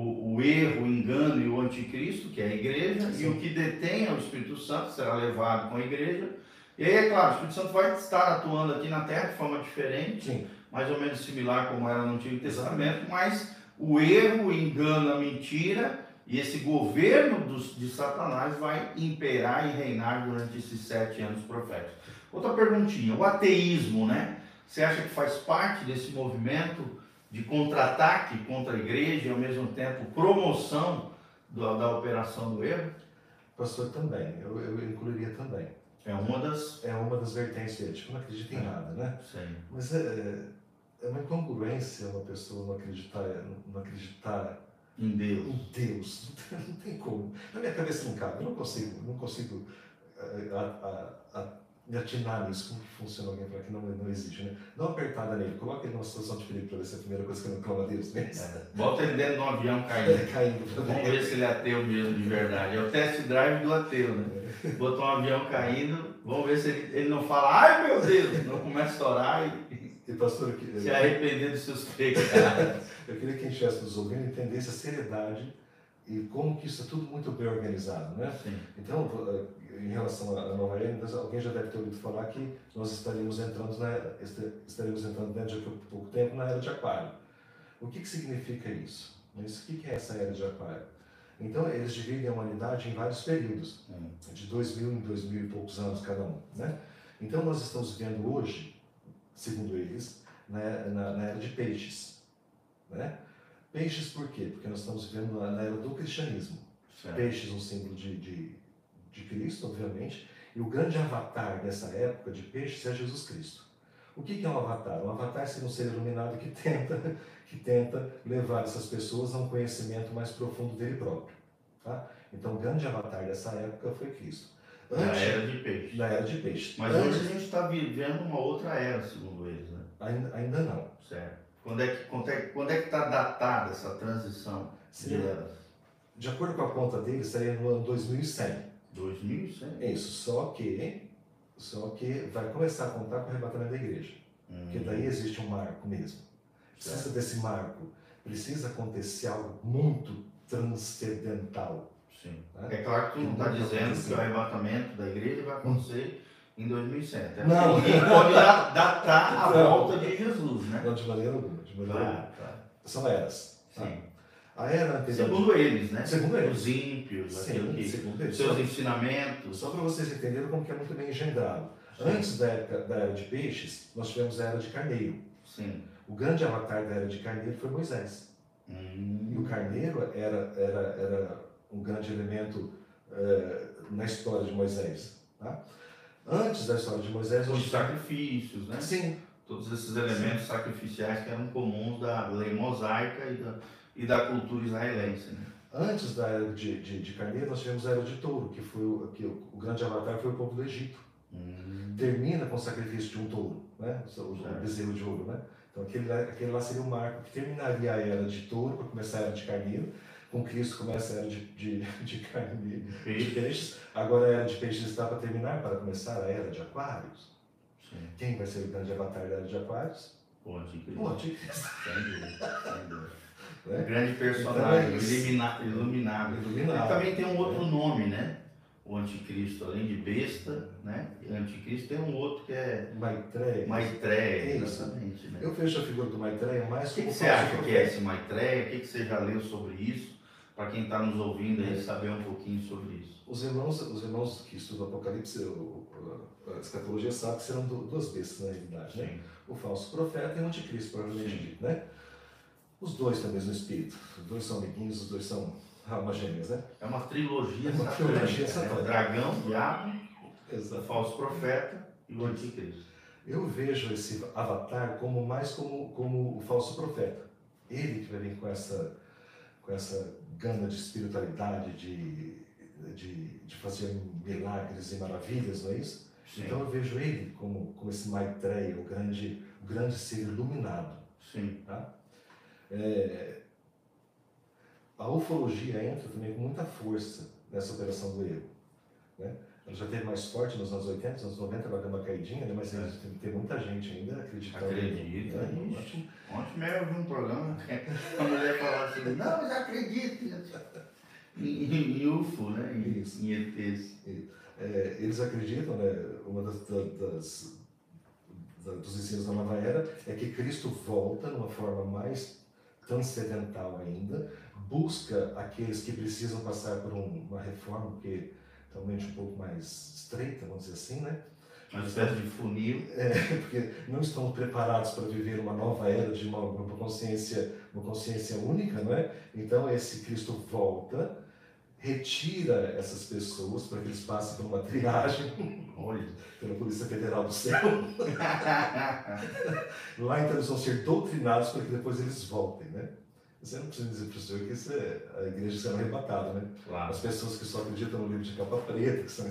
o erro, o engano e o anticristo, que é a igreja, e o que detém é o Espírito Santo, será levado com a igreja. E aí, é claro, o Espírito Santo vai estar atuando aqui na Terra de forma diferente, mais ou menos similar como era no Antigo Testamento, mas o erro, o engano, a mentira e esse governo de Satanás vai imperar e reinar durante esses 7 anos proféticos. Outra perguntinha, o ateísmo, né? Você acha que faz parte desse movimento de contra-ataque contra a igreja e ao mesmo tempo promoção da operação do erro? Pastor, também, eu incluiria também. É uma das vertentes dele, tipo, não acredita em nada, né? Sim. Mas é uma incongruência uma pessoa não acreditar em Deus. Em Deus. Não tem como. Na minha cabeça não cabe. Eu não consigo me atinar nisso. Como que funciona alguém para que não existe, né? Dá uma apertada nele, coloca ele numa situação de perigo para ver se é a primeira coisa que ele clama a Deus mesmo. Bota ele dentro de um avião caindo. Vamos ver se ele é ateu mesmo de verdade. É o test drive do ateu, né? Bota um avião caindo, vamos ver se ele não fala, ai meu Deus, não começa a orar e pastor, se arrepender dos seus pecados. Eu queria que quem estivesse nos ouvindo entendesse a seriedade e como que isso é tudo muito bem organizado, né? Sim. Então, em relação à nova era, alguém já deve ter ouvido falar que nós estaríamos entrando dentro de pouco tempo na era de Aquário. O que significa isso? Mas o que é essa era de Aquário? Então, eles dividem a humanidade em vários períodos, de 2000 em 2000 e poucos anos cada um, né? Então, nós estamos vivendo hoje, segundo eles, na era de peixes, né? Peixes por quê? Porque nós estamos vivendo na era do cristianismo. Certo. Peixes, um símbolo de Cristo, obviamente, e o grande avatar dessa época de peixes é Jesus Cristo. O que é um avatar? Um avatar seria um ser iluminado que tenta levar essas pessoas a um conhecimento mais profundo dele próprio. Tá? Então, o grande avatar dessa época foi Cristo. Na era de peixes. Na era de peixes. Mas hoje a gente está vivendo uma outra era, segundo eles, né? Ainda não. Certo. Quando é que está datada essa transição de eras? De acordo com a conta deles, seria no ano 2100. 2100? Isso, só que vai começar a contar com o arrebatamento da igreja. Porque daí existe um marco mesmo. Precisa desse marco. Precisa acontecer algo muito transcendental. Sim. Né? É claro que tu não está dizendo que o arrebatamento da igreja vai acontecer em 2100. Não. Ninguém pode datar a volta de Jesus, né? Não, de maneira alguma. Claro. São eras. Sim. Tá? A era anterior. Segundo eles, né? Segundo eles. Os ímpios, segundo eles. Seus ensinamentos. Só para vocês entenderem como que é muito bem engendrado. Sim. Antes da era de peixes, nós tivemos a era de carneiro. Sim. O grande avatar da era de carneiro foi Moisés. E o carneiro era um grande elemento na história de Moisés. Tá? Antes da história de Moisés... Os sacrifícios, né? Sim. Todos esses elementos sacrificiais que eram comuns da lei mosaica e da cultura israelense. Né? Antes da era de carneiro, nós tivemos a era de touro, que foi o grande avatar foi o povo do Egito. Termina com o sacrifício de um touro, né? O bezerro de ouro. Né? Então aquele lá seria o marco que terminaria a era de touro para começar a era de carneiro. Com Cristo começa a era de carneiro, de peixes. Agora a era de peixes está para terminar, para começar a era de aquários. Sim. Quem vai ser o grande avatar da era de aquários? O Anticristo. O Anticristo. Sem dúvida. Né? Grande personagem, então, iluminado. Ele também tem um outro nome, né? O Anticristo, além de besta, né? E Anticristo tem um outro que é Maitreya, exatamente. Né? Eu vejo a figura do Maitreya mais como... O que você acha que é esse Maitreya? O que você já leu sobre isso? Para quem está nos ouvindo aí, saber um pouquinho sobre isso. Os irmãos que estudam Apocalipse, a escatologia, sabem que serão duas bestas na realidade, né? O falso profeta e o anticristo, provavelmente dito, né? Os dois têm o mesmo espírito. Os dois são amiguinhos, os dois são almas gêmeas, né? É uma trilogia satânica. O dragão, o diabo, o falso profeta e o anticristo. Eu vejo esse avatar mais como o falso profeta. Ele que vai vir com essa gana de espiritualidade, de fazer milagres e maravilhas, não é isso? Sim. Então eu vejo ele como esse Maitreya, o grande ser iluminado. Sim. Tá? A ufologia entra também com muita força nessa operação do erro. Né? Ela já teve mais forte nos anos 80, nos anos 90 ela deu uma caidinha, né? Mas tem muita gente ainda acreditando. Acredita. Ontem mesmo eu vi um programa que a mulher falava assim, não, mas acredito em UFO, né? Em ETs. Eles acreditam, né? Uma dos ensinos da nova era é que Cristo volta numa forma mais transcendental ainda, busca aqueles que precisam passar por uma reforma, porque realmente um pouco mais estreita, vamos dizer assim, né? Uma espécie de funil. Porque não estão preparados para viver uma nova era de uma consciência única, não é? Então esse Cristo volta retira essas pessoas para que eles passem por uma triagem pela Polícia Federal do Céu. Lá então eles vão ser doutrinados para que depois eles voltem, né? Você não precisa dizer para o senhor que isso é a igreja sendo arrebatada, né? Claro. As pessoas que só acreditam no livro de capa preta, que são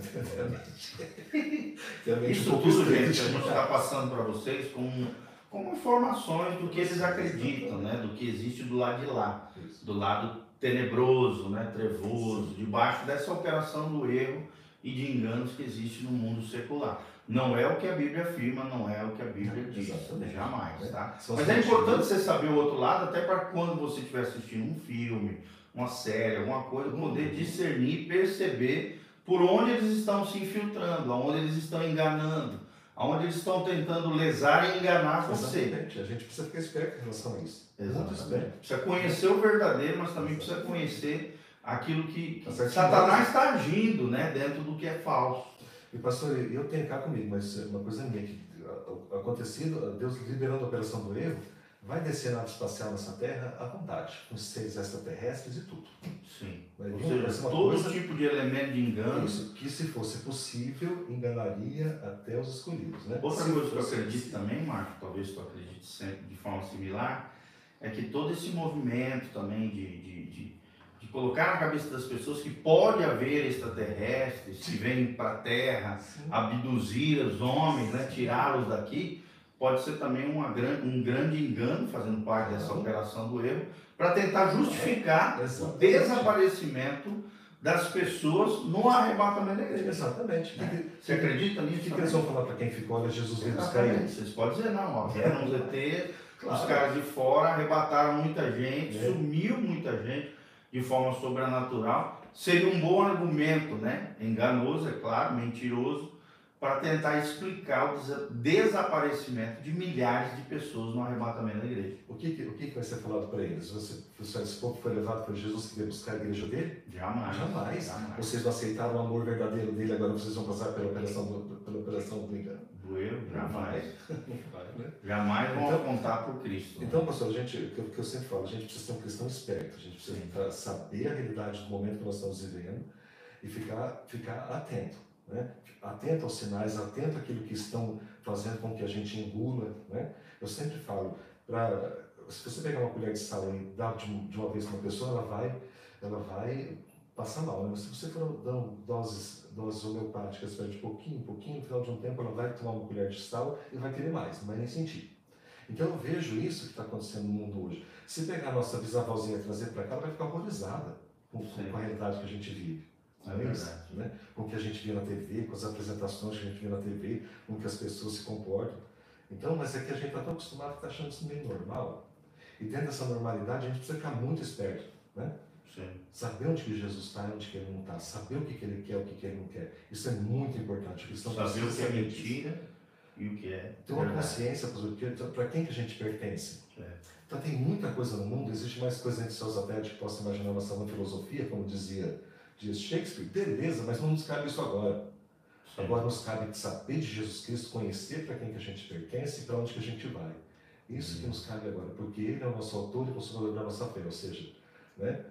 Isso tudo, gente, a gente está passando para vocês como informações do que eles acreditam, né? Do que existe do lado de lá, do lado tenebroso, né? Trevoso, debaixo dessa operação do erro e de enganos que existe no mundo secular. Não é o que a Bíblia afirma, não é o que a Bíblia diz, jamais, tá? Mas é importante você saber o outro lado, até para quando você estiver assistindo um filme, uma série, alguma coisa, poder discernir, perceber por onde eles estão se infiltrando, aonde eles estão enganando, aonde eles estão tentando lesar e enganar você. Exatamente. A gente precisa ficar esperto em relação a isso. Exatamente. Precisa conhecer o verdadeiro, mas também precisa conhecer aquilo que Satanás está agindo, né, dentro do que é falso. E pastor, eu tenho cá comigo, mas uma coisa minha que acontecido, Deus liberando a operação do erro, vai descer nave espacial nessa terra à vontade, com seres extraterrestres e tudo. Sim. Ou seja, todo tipo de elemento de engano. Isso, que se fosse possível, enganaria até os escolhidos, né? Outra coisa que eu acredito também, Marco, talvez tu acredite sempre de forma similar, é que todo esse movimento também de colocar na cabeça das pessoas que pode haver extraterrestres que vêm para a Terra, abduzir os homens, né, tirá-los daqui, pode ser também um grande engano, fazendo parte dessa operação do erro, para tentar justificar o desaparecimento das pessoas no arrebatamento da igreja. Exatamente. Você acredita nisso? O que eles vão falar para quem ficou? Olha, Jesus veio buscar eles. Vocês podem dizer, não, ó, vieram os ET, os caras de fora arrebataram muita gente, sumiu muita gente de forma sobrenatural. Seria um bom argumento, né? Enganoso, é claro, mentiroso, para tentar explicar o desaparecimento de milhares de pessoas no arrebatamento da igreja. O que vai ser falado para eles? Esse povo foi levado por Jesus que veio buscar a igreja dele? Jamais. Vocês não aceitaram o amor verdadeiro dele, agora vocês vão passar pela operação do engano? Do erro? Jamais. Jamais vão apontar por Cristo. Então, pastor, o que eu sempre falo, a gente precisa ser um cristão esperto, a gente precisa saber a realidade do momento que nós estamos vivendo e ficar atento. Né? Atento aos sinais, atento àquilo que estão fazendo com que a gente engula. Né? Eu sempre falo, se você pegar uma colher de sal e dar de uma vez para uma pessoa, ela vai passar mal. Né? Mas se você for dando doses homeopáticas de pouquinho em pouquinho, no final de um tempo ela vai tomar uma colher de sal e vai querer mais, não vai nem sentir. Então eu vejo isso que está acontecendo no mundo hoje. Se pegar a nossa bisavózinha e trazer para cá, ela vai ficar horrorizada com a realidade que a gente vive. Não é isso? Né? Com o que a gente vê na TV, com as apresentações que a gente vê na TV, com que as pessoas se comportam. Então, mas é que a gente está tão acostumado que está achando isso meio normal. E dentro dessa normalidade a gente precisa ficar muito esperto. Né? Sim. Saber onde que Jesus está e onde que ele não está. Saber o que ele quer e o que ele não quer. Isso é muito importante. Saber o que é mentira e o que é ter uma consciência para quem que a gente pertence. Então tem muita coisa no mundo, existe mais coisa entre seus até que possa imaginar nossa filosofia, como dizia Shakespeare, beleza, mas não nos cabe isso agora. Sim. Agora nos cabe saber de Jesus Cristo, conhecer para quem que a gente pertence e para onde que a gente vai. Isso que nos cabe agora, porque Ele é o nosso autor e consumador da nossa fé, ou seja, né,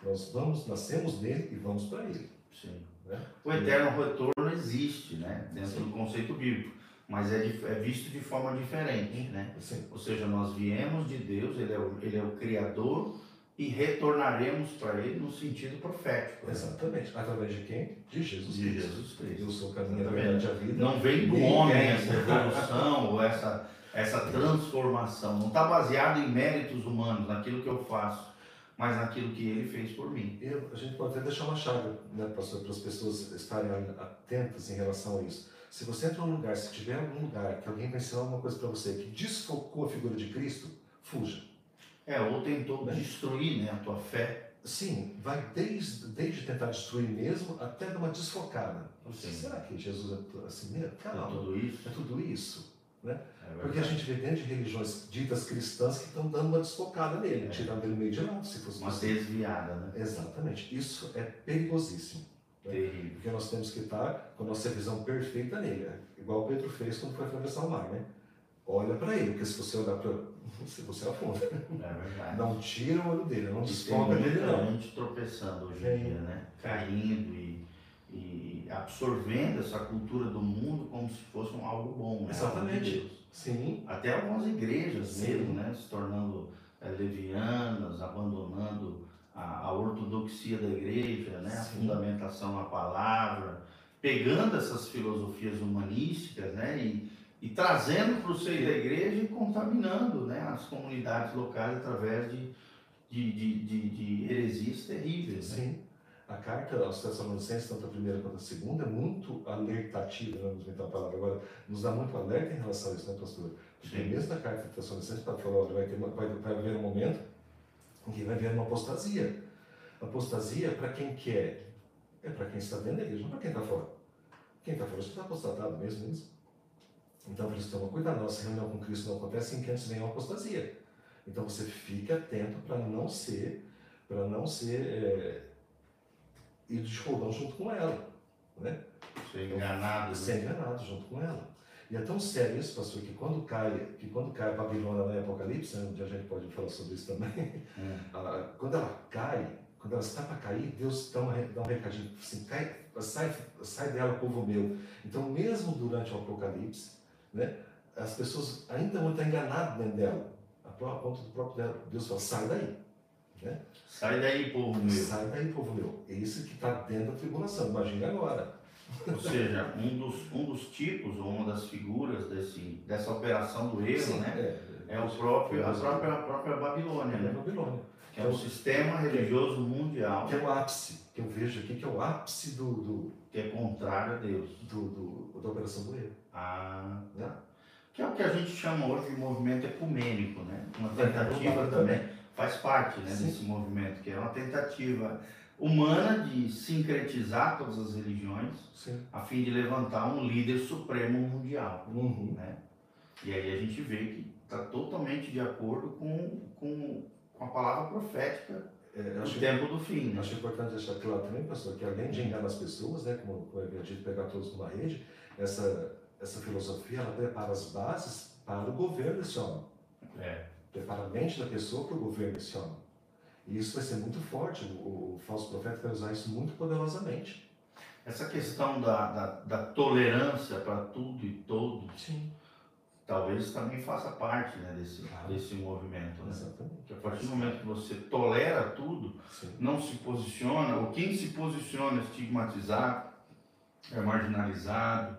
nós nascemos nele e vamos para Ele. Sim. Né? O eterno retorno existe, né, dentro do conceito bíblico, mas é visto de forma diferente, né? Ou seja, nós viemos de Deus, Ele é o Criador, e retornaremos para Ele no sentido profético. Exatamente. Através de quem? De Jesus Cristo. De Jesus Cristo. Eu sou o caminho, a verdade e a vida. Não vem do homem essa evolução ou essa transformação. Não está baseado em méritos humanos, naquilo que eu faço, mas naquilo que Ele fez por mim. A gente pode até deixar uma chave, né, pastor, para as pessoas estarem atentas em relação a isso. Se você entra num lugar, se tiver algum lugar que alguém vai ensinar alguma coisa para você que desfocou a figura de Cristo, fuja. Ou tentou destruir, né, a tua fé. Sim, vai desde tentar destruir mesmo até dar uma desfocada. Será que Jesus é assim mesmo? Calma, é tudo isso. Né? Porque a gente vê dentro de religiões ditas cristãs que estão dando uma desfocada nele, tirando ele meio de lado, se fosse uma desviada, né? Exatamente. Isso é perigosíssimo. Né? Porque nós temos que estar com a nossa visão perfeita nele. Igual Pedro fez quando foi atravessar o mar, né? olha para ele, porque se você olhar para você afunda. É verdade. Não tira o olho dele, não E tem desfoca dele, muita não. gente tropeçando hoje em dia, né? Caindo e absorvendo essa cultura do mundo como se fosse algo bom, né? Exatamente. Algo de Deus. Sim. Até algumas igrejas Sim. mesmo, né? Se tornando levianas, abandonando a ortodoxia da igreja, né? A Sim. fundamentação na palavra, pegando essas filosofias humanísticas, né? E trazendo para o seio da igreja e contaminando, né, as comunidades locais através de heresias terríveis. Né? Sim. A carta aos Tessalonicenses, tanto a primeira quanto a segunda, é muito alertativa, vamos inventar a palavra agora, nos dá muito alerta em relação a isso, né, pastor? Porque mesmo na carta de Tessalonicenses, para falar, olha, vai haver um momento em que vai haver uma apostasia. Apostasia para quem quer, é para quem está dentro da igreja, não para quem está fora. Quem está fora está apostatado mesmo nisso. Então, por isso, toma cuidado, nossa reunião com Cristo não acontece em que antes venha uma apostasia. Então, você fica atento para não ser ido de roldão junto com ela, né? Ser enganado. Ser enganado junto com ela. E é tão sério isso, pastor, que quando cai a Babilônia no Apocalipse, né, onde a gente pode falar sobre isso também, quando ela cai, quando ela está para cair, Deus dá um recadinho, assim, sai dela, povo meu. Então, mesmo durante o Apocalipse, né, as pessoas ainda vão estar enganadas dentro dela, a ponto do próprio Deus fala, sai daí. Né? Sai daí, povo meu. Sai daí, povo meu. Esse que está dentro da tribulação, imagine agora. Ou seja, um dos tipos, ou uma das figuras dessa operação do erro, Sim, né? É a própria Babilônia, né? Babilônia. Que é um sistema religioso mundial. Que é o ápice, que eu vejo aqui, que é o ápice que é contrário a Deus. Da operação do erro. Né? Que é o que a gente chama hoje de movimento ecumênico, né? Uma tentativa também, faz parte, né, desse movimento, que é uma tentativa humana de sincretizar todas as religiões, sim, a fim de levantar um líder supremo mundial. Né? E aí a gente vê que está totalmente de acordo com a palavra profética do tempo do fim. Né? Acho importante deixar claro também, pastor, que além de enganar as pessoas, né, como eu havia dito, pegar todos numa rede, essa filosofia ela prepara as bases para o governo desse homem. Prepara a mente da pessoa para o governo desse homem. E isso vai ser muito forte, o falso profeta vai usar isso muito poderosamente. Essa questão da tolerância para tudo e todos, sim, talvez também faça parte, né, desse movimento. Né? Exatamente. Porque a partir do momento que você tolera tudo, sim, não se posiciona, ou quem se posiciona é estigmatizado, é marginalizado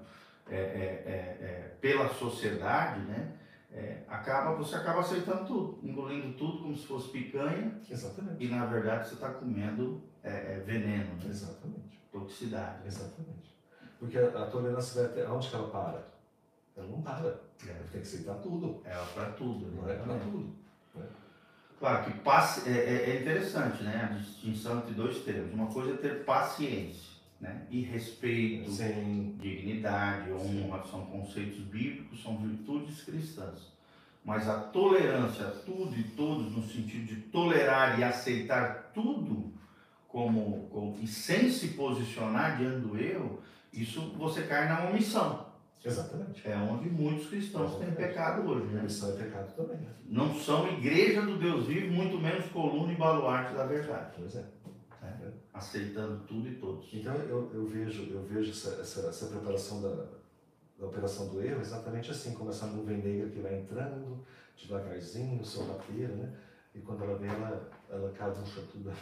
pela sociedade, né? Você acaba aceitando tudo, engolindo tudo como se fosse picanha. Exatamente. E na verdade você está comendo veneno, né? Exatamente. Toxicidade. Exatamente. Porque a tolerância vai até onde que ela para? Ela não para. Ela tem que aceitar tudo. Ela para tudo. Não é para tudo. Claro que é interessante, né? A distinção entre dois termos. Uma coisa é ter paciência, né? E respeito, sim, dignidade, honra, são conceitos bíblicos, são virtudes cristãs. Mas a tolerância a tudo e todos, no sentido de tolerar e aceitar tudo e sem se posicionar diante do erro, isso você cai na omissão. Exatamente. É onde muitos cristãos têm pecado hoje. Né? Omissão é pecado também. Né? Não são igreja do Deus vivo, muito menos coluna e baluarte da verdade. Pois é. Aceitando tudo e todos. Então eu vejo essa preparação da operação do erro exatamente assim, como essa nuvem negra que vai entrando devagarzinho, sorrateira, né? E quando ela vem, ela caduncha tudo,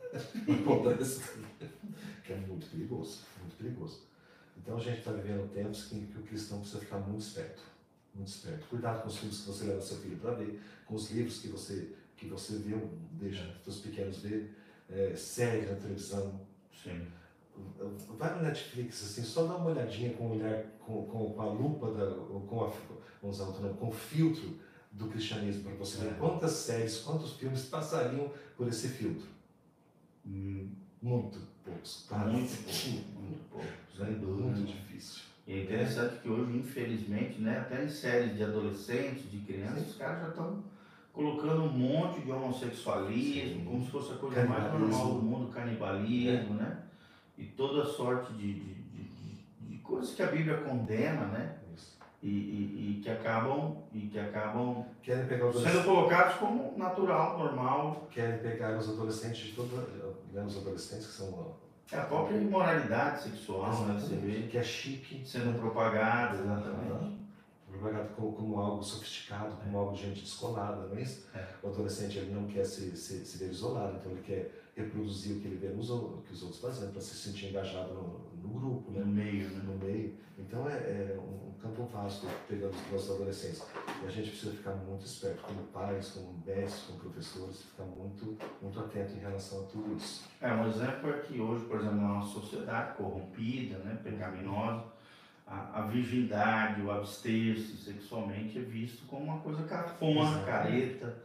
que é muito perigoso, muito perigoso. Então a gente está vivendo tempos que o cristão precisa ficar muito esperto, muito esperto. Cuidado com os filmes que você leva seu filho para ver, com os livros que você vê, deixa os pequenos ver, séries na televisão. Sim. Vai no Netflix, assim, só dá uma olhadinha com a lupa, com o filtro do cristianismo, para você ver quantas séries, quantos filmes passariam por esse filtro. Muito poucos. Muito poucos. Muito difícil. E é interessante que hoje, infelizmente, né, até em séries de adolescentes, de crianças, os caras já estão colocando um monte de homossexualismo, sim, como se fosse a coisa mais normal do mundo, canibalismo, né? E toda sorte de coisas que a Bíblia condena, né? e que acabam Querem pegar os sendo colocados como natural, normal. Querem pegar os adolescentes de toda, né, os adolescentes que são É a própria imoralidade sexual, né? Você vê que é chique, sendo propagada, exatamente. Propagado como algo sofisticado, como algo de gente descolada, não é isso? O adolescente ele não quer se ver isolado, então ele quer reproduzir o que ele vê que os outros fazem, para se sentir engajado no grupo, né? No meio, né? No meio. Então é um campo vasto pegando os nossos adolescentes. E a gente precisa ficar muito esperto, como pais, como mestres, como professores, ficar muito, muito atento em relação a tudo isso. Um exemplo é que hoje, por exemplo, na nossa sociedade corrompida, né, pecaminosa, a virgindade, o abster-se sexualmente é visto como uma coisa cafona, careta,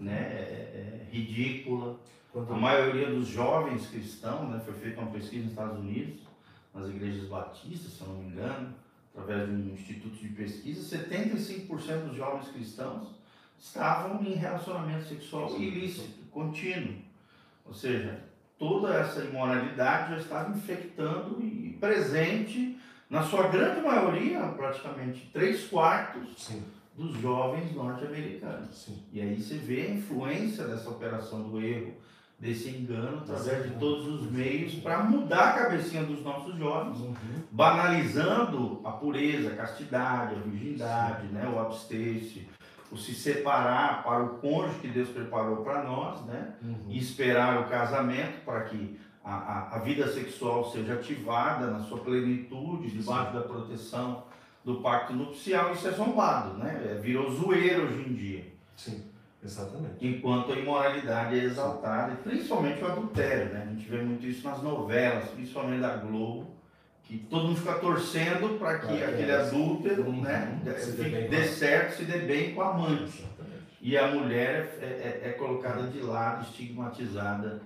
né, ridícula. A maioria dos jovens cristãos, né, foi feita uma pesquisa nos Estados Unidos, nas igrejas batistas, se eu não me engano, através de um instituto de pesquisa, 75% dos jovens cristãos estavam em relacionamento sexual ilícito, contínuo. Ou seja, toda essa imoralidade já estava infectando e presente na sua grande maioria, praticamente 3/4 dos jovens norte-americanos. E aí você vê a influência dessa operação do erro, desse engano, através de todos os meios, para mudar a cabecinha dos nossos jovens, banalizando a pureza, a castidade, a virgindade, né, o abster-se, o se separar para o cônjuge que Deus preparou para nós, né, e esperar o casamento para que a vida sexual seja ativada na sua plenitude, debaixo da proteção do pacto nupcial. Isso é zombado, né? Virou zoeira hoje em dia. Sim, exatamente. Enquanto a imoralidade é exaltada, e principalmente o adultério, né? A gente vê muito isso nas novelas, principalmente da Globo, que todo mundo fica torcendo para que aquele adúltero, né, dê certo, se dê bem com a amante. E a mulher é colocada de lado, estigmatizada,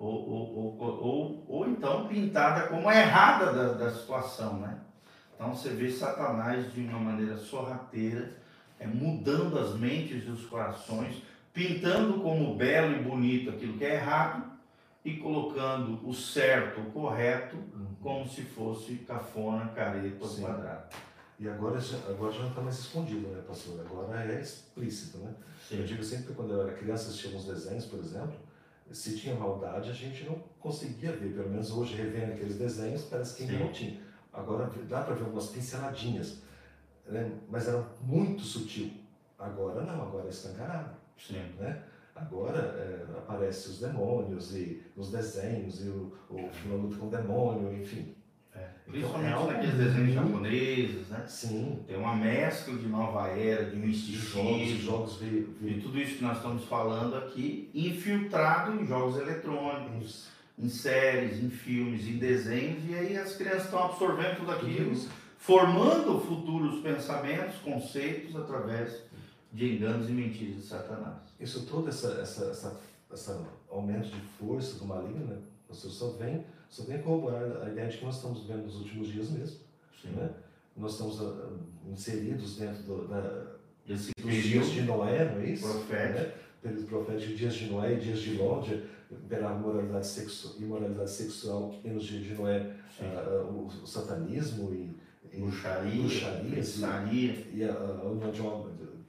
ou então pintada como a errada da situação, né? Então você vê Satanás de uma maneira sorrateira, mudando as mentes e os corações, pintando como belo e bonito aquilo que é errado e colocando o certo, o correto, como se fosse cafona, careta, quadrado. E agora já não está mais escondido, né, pastor? Agora é explícito, né? Sim. Eu digo sempre que quando eu era criança assistia uns desenhos, por exemplo, se tinha maldade a gente não conseguia ver, pelo menos hoje revendo aqueles desenhos parece que ainda não tinha. Agora dá para ver algumas pinceladinhas, né? Mas era muito sutil. Agora não, agora é escancarado. Sim. Né? Agora aparecem os demônios e os desenhos e uma luta com o demônio, enfim. Principalmente então, naqueles desenhos japoneses, né? Sim. Tem uma mescla de nova era, de misticismo, jogos de tudo isso que nós estamos falando aqui, infiltrado em jogos eletrônicos, em séries, em filmes, em desenhos, e aí as crianças estão absorvendo tudo aquilo, formando futuros pensamentos, conceitos, através de enganos e mentiras de Satanás. Isso todo esse aumento de força do maligno, né? Você só vem corroborar a ideia de que nós estamos vendo nos últimos dias mesmo. Né? Nós estamos inseridos dentro dos dias de Noé, não é isso? Profético. Né? Período profético, dias de Noé e dias de Ló, pela imoralidade sexual e nos dias de Noé, o satanismo e bruxaria, e a união de uma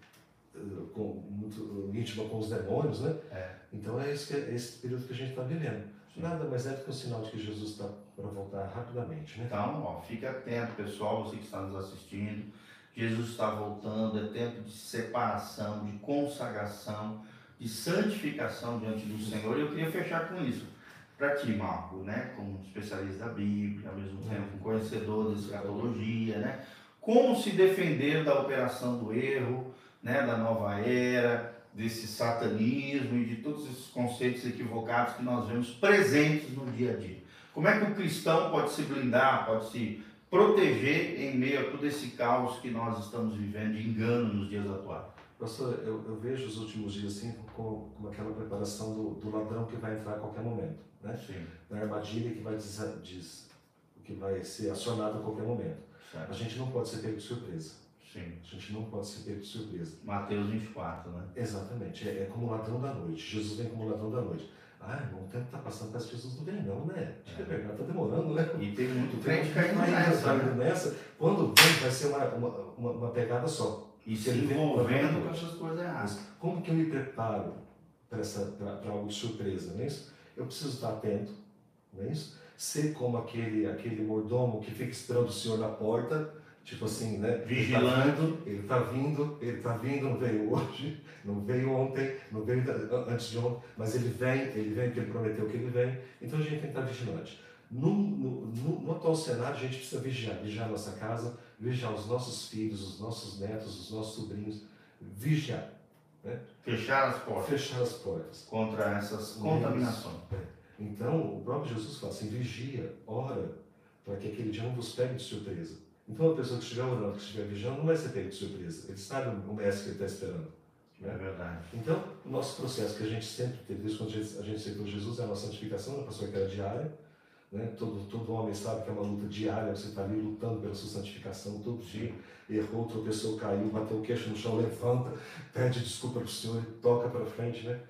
muito íntima com os demônios, né? Então é esse período que a gente está vivendo. Nada mais é do que um sinal de que Jesus está para voltar rapidamente, né? Então, fique atento, pessoal, você que está nos assistindo. Jesus está voltando, é tempo de separação, de consagração, de santificação diante do Senhor. E eu queria fechar com isso. Para ti, Marco, né, como especialista da Bíblia, ao mesmo tempo conhecedor da escatologia, né? Como se defender da operação do erro, né, da nova era, desse satanismo e de todos esses conceitos equivocados que nós vemos presentes no dia a dia. Como é que o cristão pode se blindar, pode se proteger em meio a todo esse caos que nós estamos vivendo de engano nos dias atuais? Pastor, eu vejo os últimos dias assim como aquela preparação do ladrão que vai entrar a qualquer momento, né? Sim. Na armadilha que vai ser acionado a qualquer momento. Certo. A gente não pode ser pego de surpresa. Sim. A gente não pode ser pego de surpresa. Mateus 24, né? Exatamente. É como o ladrão da noite. Jesus vem como o ladrão da noite. Ah, irmão, o tempo está passando, parece que Jesus não vem não, né? Acho que é verdade, está demorando, né? E tem muito Tem crente caindo nessa. Quando vem, vai ser uma pegada só. E se envolvendo com essas coisas erradas. Como que eu me preparo para algo de surpresa, não é isso? Eu preciso estar atento, não é isso? Ser como aquele mordomo que fica esperando o Senhor na porta, tipo assim, né? Vigilando. Ele está vindo, não veio hoje, não veio ontem, não veio antes de ontem, mas ele vem porque ele prometeu que ele vem, então a gente tem que estar vigilante. No atual cenário, a gente precisa vigiar a nossa casa, vigiar os nossos filhos, os nossos netos, os nossos sobrinhos, vigiar. Né? Fechar as portas. Fechar as portas. Contra essas contaminações. Então, o próprio Jesus fala assim, vigia, ora, para que aquele dia não vos pegue de surpresa. Então, a pessoa que estiver orando, que estiver vigiando, não vai ser pego de surpresa. Ele sabe o mestre que ele está esperando. Né? É verdade. Então, o nosso processo que a gente sempre teve, desde quando a gente aceitou Jesus, é a nossa santificação, a pastora que era diária. Né? Todo homem sabe que é uma luta diária, você está ali lutando pela sua santificação todo dia. Errou, tropeçou, caiu, bateu o queixo no chão, levanta, pede desculpa para o Senhor e toca para frente. Né?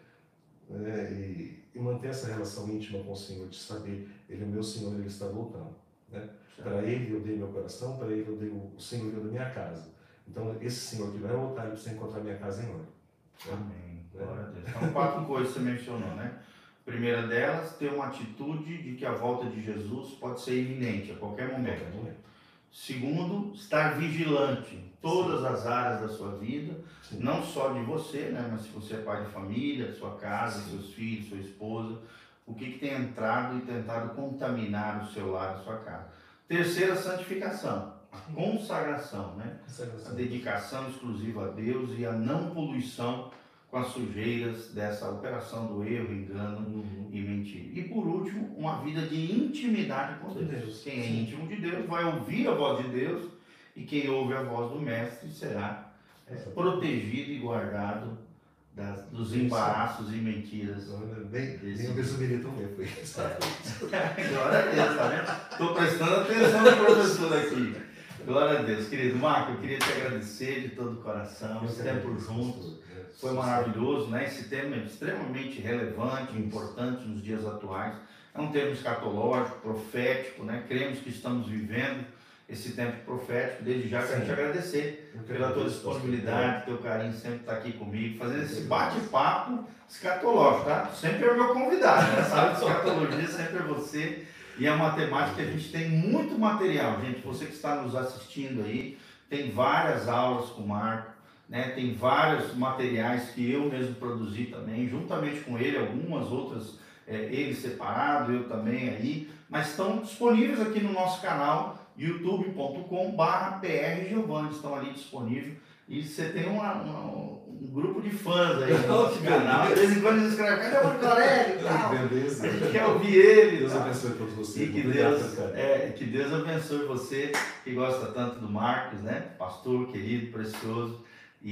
E manter essa relação íntima com o Senhor, de saber, Ele é meu Senhor, Ele está voltando. Né? Para Ele eu dei meu coração, para Ele eu dei o senhorio da minha casa. Então, esse Senhor que vai voltar, Ele precisa encontrar minha casa em ordem. Amém. Glória a Deus. Então, 4 coisas que você mencionou, né? A primeira delas, ter uma atitude de que a volta de Jesus pode ser iminente, a qualquer momento. Segundo, estar vigilante em todas as áreas da sua vida, não só de você, né? Mas se você é pai de família, sua casa, seus filhos, sua esposa, o que tem entrado e tentado contaminar o seu lar, a sua casa. Terceira, santificação, a consagração, né? A dedicação exclusiva a Deus e a não poluição com as sujeiras dessa operação do erro, engano e mentira. E por último, uma vida de intimidade com Deus. Quem é íntimo de Deus vai ouvir a voz de Deus, e quem ouve a voz do Mestre será protegido e guardado dos embaraços e mentiras. Bem resumiria tão bem, foi isso. Glória a Deus, tá vendo? Estou prestando atenção no professor aqui. Glória a Deus. Querido Marco, eu queria te agradecer de todo o coração, esse tempo juntos. Foi maravilhoso, né? Esse tema é extremamente relevante, importante nos dias atuais. É um termo escatológico, profético, né? Cremos que estamos vivendo esse tempo profético. Desde já quero te agradecer pela tua disponibilidade, teu carinho, sempre estar aqui comigo, fazendo esse bate-papo escatológico, tá? Sempre é o meu convidado, né? Sabe, escatologia sempre é você. E é uma temática que a gente tem muito material, gente. Você que está nos assistindo aí, tem várias aulas com o Marco. Né, tem vários materiais que eu mesmo produzi também, juntamente com ele, algumas outras, ele separado, eu também aí, mas estão disponíveis aqui no nosso canal, youtube.com/prgiovanni, estão ali disponíveis, e você tem um grupo de fãs aí no nosso canal, de vez em quando eles escrevem, cadê o Marco Aurélio? A gente quer ouvir ele. Deus abençoe todos vocês. E que Deus abençoe você, que gosta tanto do Marcos, né, pastor querido, precioso.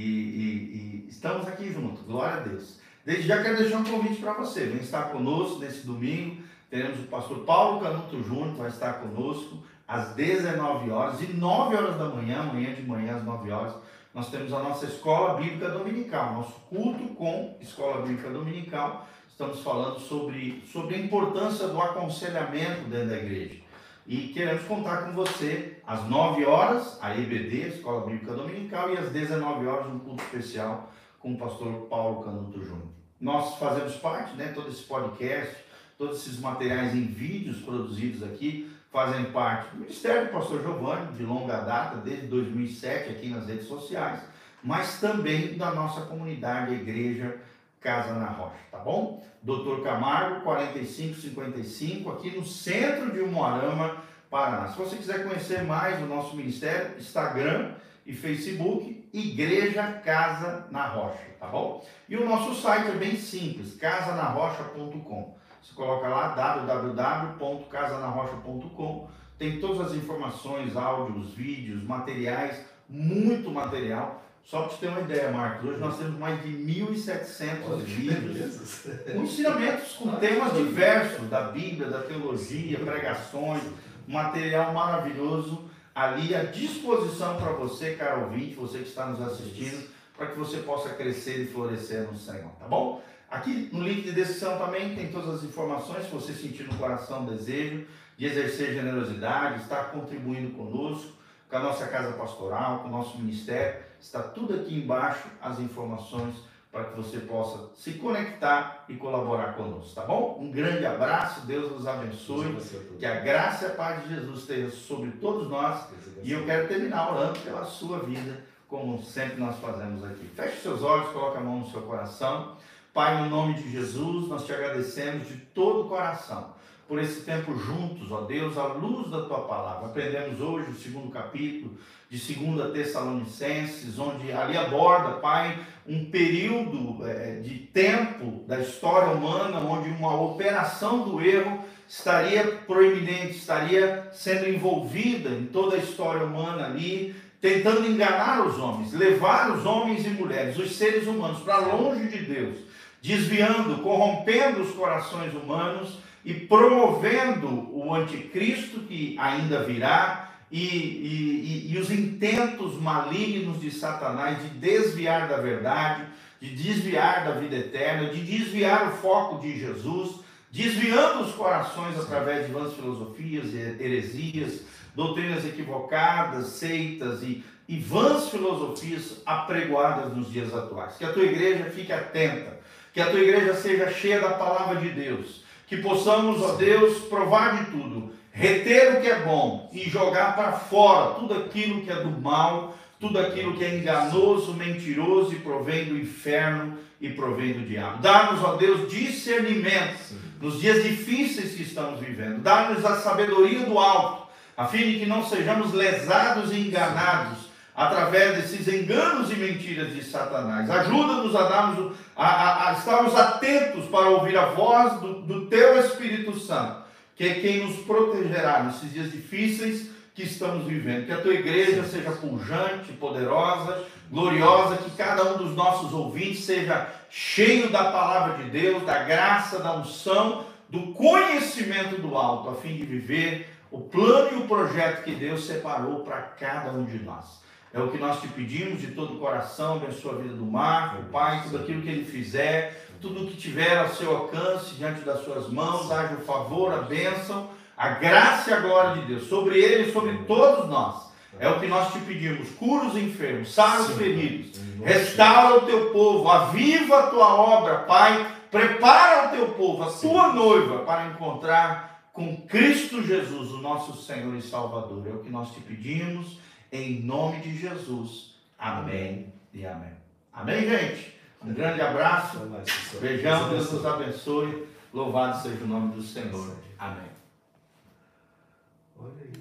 E estamos aqui juntos, glória a Deus. Desde já quero deixar um convite para você, vem estar conosco nesse domingo. Teremos o pastor Paulo Canuto Júnior, que vai estar conosco às 19 horas e 9 horas da manhã, amanhã de manhã às 9 horas, nós temos a nossa Escola Bíblica Dominical, nosso culto com Escola Bíblica Dominical. Estamos falando sobre a importância do aconselhamento dentro da igreja. E queremos contar com você às 9 horas, a EBD, Escola Bíblica Dominical, e às 19 horas, um culto especial com o pastor Paulo Canuto Júnior. Nós fazemos parte, né, todo esse podcast, todos esses materiais em vídeos produzidos aqui, fazem parte do Ministério do Pastor Giovanni, de longa data, desde 2007, aqui nas redes sociais, mas também da nossa comunidade, a Igreja Casa na Rocha, tá bom? Dr. Camargo, 4555, aqui no centro de Umuarama, Paraná. Se você quiser conhecer mais o nosso ministério, Instagram e Facebook, Igreja Casa na Rocha, tá bom? E o nosso site é bem simples, casanarrocha.com. Você coloca lá www.casanarrocha.com, tem todas as informações, áudios, vídeos, materiais, muito material. Só para te ter uma ideia, Marcos, hoje nós temos mais de 1.700 vídeos com ensinamentos, com temas diversos da Bíblia, da teologia, pregações, material maravilhoso ali à disposição para você, caro ouvinte, você que está nos assistindo, para que você possa crescer e florescer no Senhor, tá bom? Aqui no link de descrição também tem todas as informações, se você sentir no coração o desejo de exercer generosidade, estar contribuindo conosco, com a nossa casa pastoral, com o nosso ministério, está tudo aqui embaixo, as informações para que você possa se conectar e colaborar conosco, tá bom? Um grande abraço, Deus nos abençoe, que a graça e a paz de Jesus esteja sobre todos nós, e eu quero terminar orando pela sua vida, como sempre nós fazemos aqui. Feche seus olhos, coloque a mão no seu coração. Pai, no nome de Jesus, nós te agradecemos de todo o coração por esse tempo juntos, ó Deus, à luz da tua palavra. Aprendemos hoje o segundo capítulo de 2 Tessalonicenses, onde ali aborda, Pai, um período de tempo da história humana, onde uma operação do erro estaria proeminente, estaria sendo envolvida em toda a história humana ali, tentando enganar os homens, levar os homens e mulheres, os seres humanos, para longe de Deus, desviando, corrompendo os corações humanos e promovendo o anticristo que ainda virá e os intentos malignos de Satanás de desviar da verdade, de desviar da vida eterna, de desviar o foco de Jesus, desviando os corações através de vãs filosofias, heresias, doutrinas equivocadas, seitas e vãs filosofias apregoadas nos dias atuais. Que a tua igreja fique atenta, que a tua igreja seja cheia da palavra de Deus, que possamos, ó Deus, provar de tudo, reter o que é bom e jogar para fora tudo aquilo que é do mal, tudo aquilo que é enganoso, mentiroso e provém do inferno e provém do diabo. Dá-nos, ó Deus, discernimento nos dias difíceis que estamos vivendo. Dá-nos a sabedoria do alto, a fim de que não sejamos lesados e enganados através desses enganos e mentiras de Satanás. Ajuda-nos a estarmos atentos para ouvir a voz do Teu Espírito Santo, que é quem nos protegerá nesses dias difíceis que estamos vivendo. Que a Tua igreja seja pujante, poderosa, gloriosa, que cada um dos nossos ouvintes seja cheio da palavra de Deus, da graça, da unção, do conhecimento do alto, a fim de viver o plano e o projeto que Deus separou para cada um de nós. É o que nós te pedimos de todo o coração. Abençoa a vida do Marco, Pai, tudo aquilo que ele fizer, tudo o que tiver ao seu alcance diante das suas mãos, haja o favor, a bênção, a graça e a glória de Deus sobre ele e sobre todos nós. É o que nós te pedimos. Cura os enfermos, sara os feridos, restaura o teu povo, aviva a tua obra, Pai, prepara o teu povo, a tua noiva, para encontrar com Cristo Jesus, o nosso Senhor e Salvador. É o que nós te pedimos, em nome de Jesus. Amém e amém. Amém, gente? Um grande abraço. Beijão, Deus nos abençoe. Louvado seja o nome do Senhor. Amém.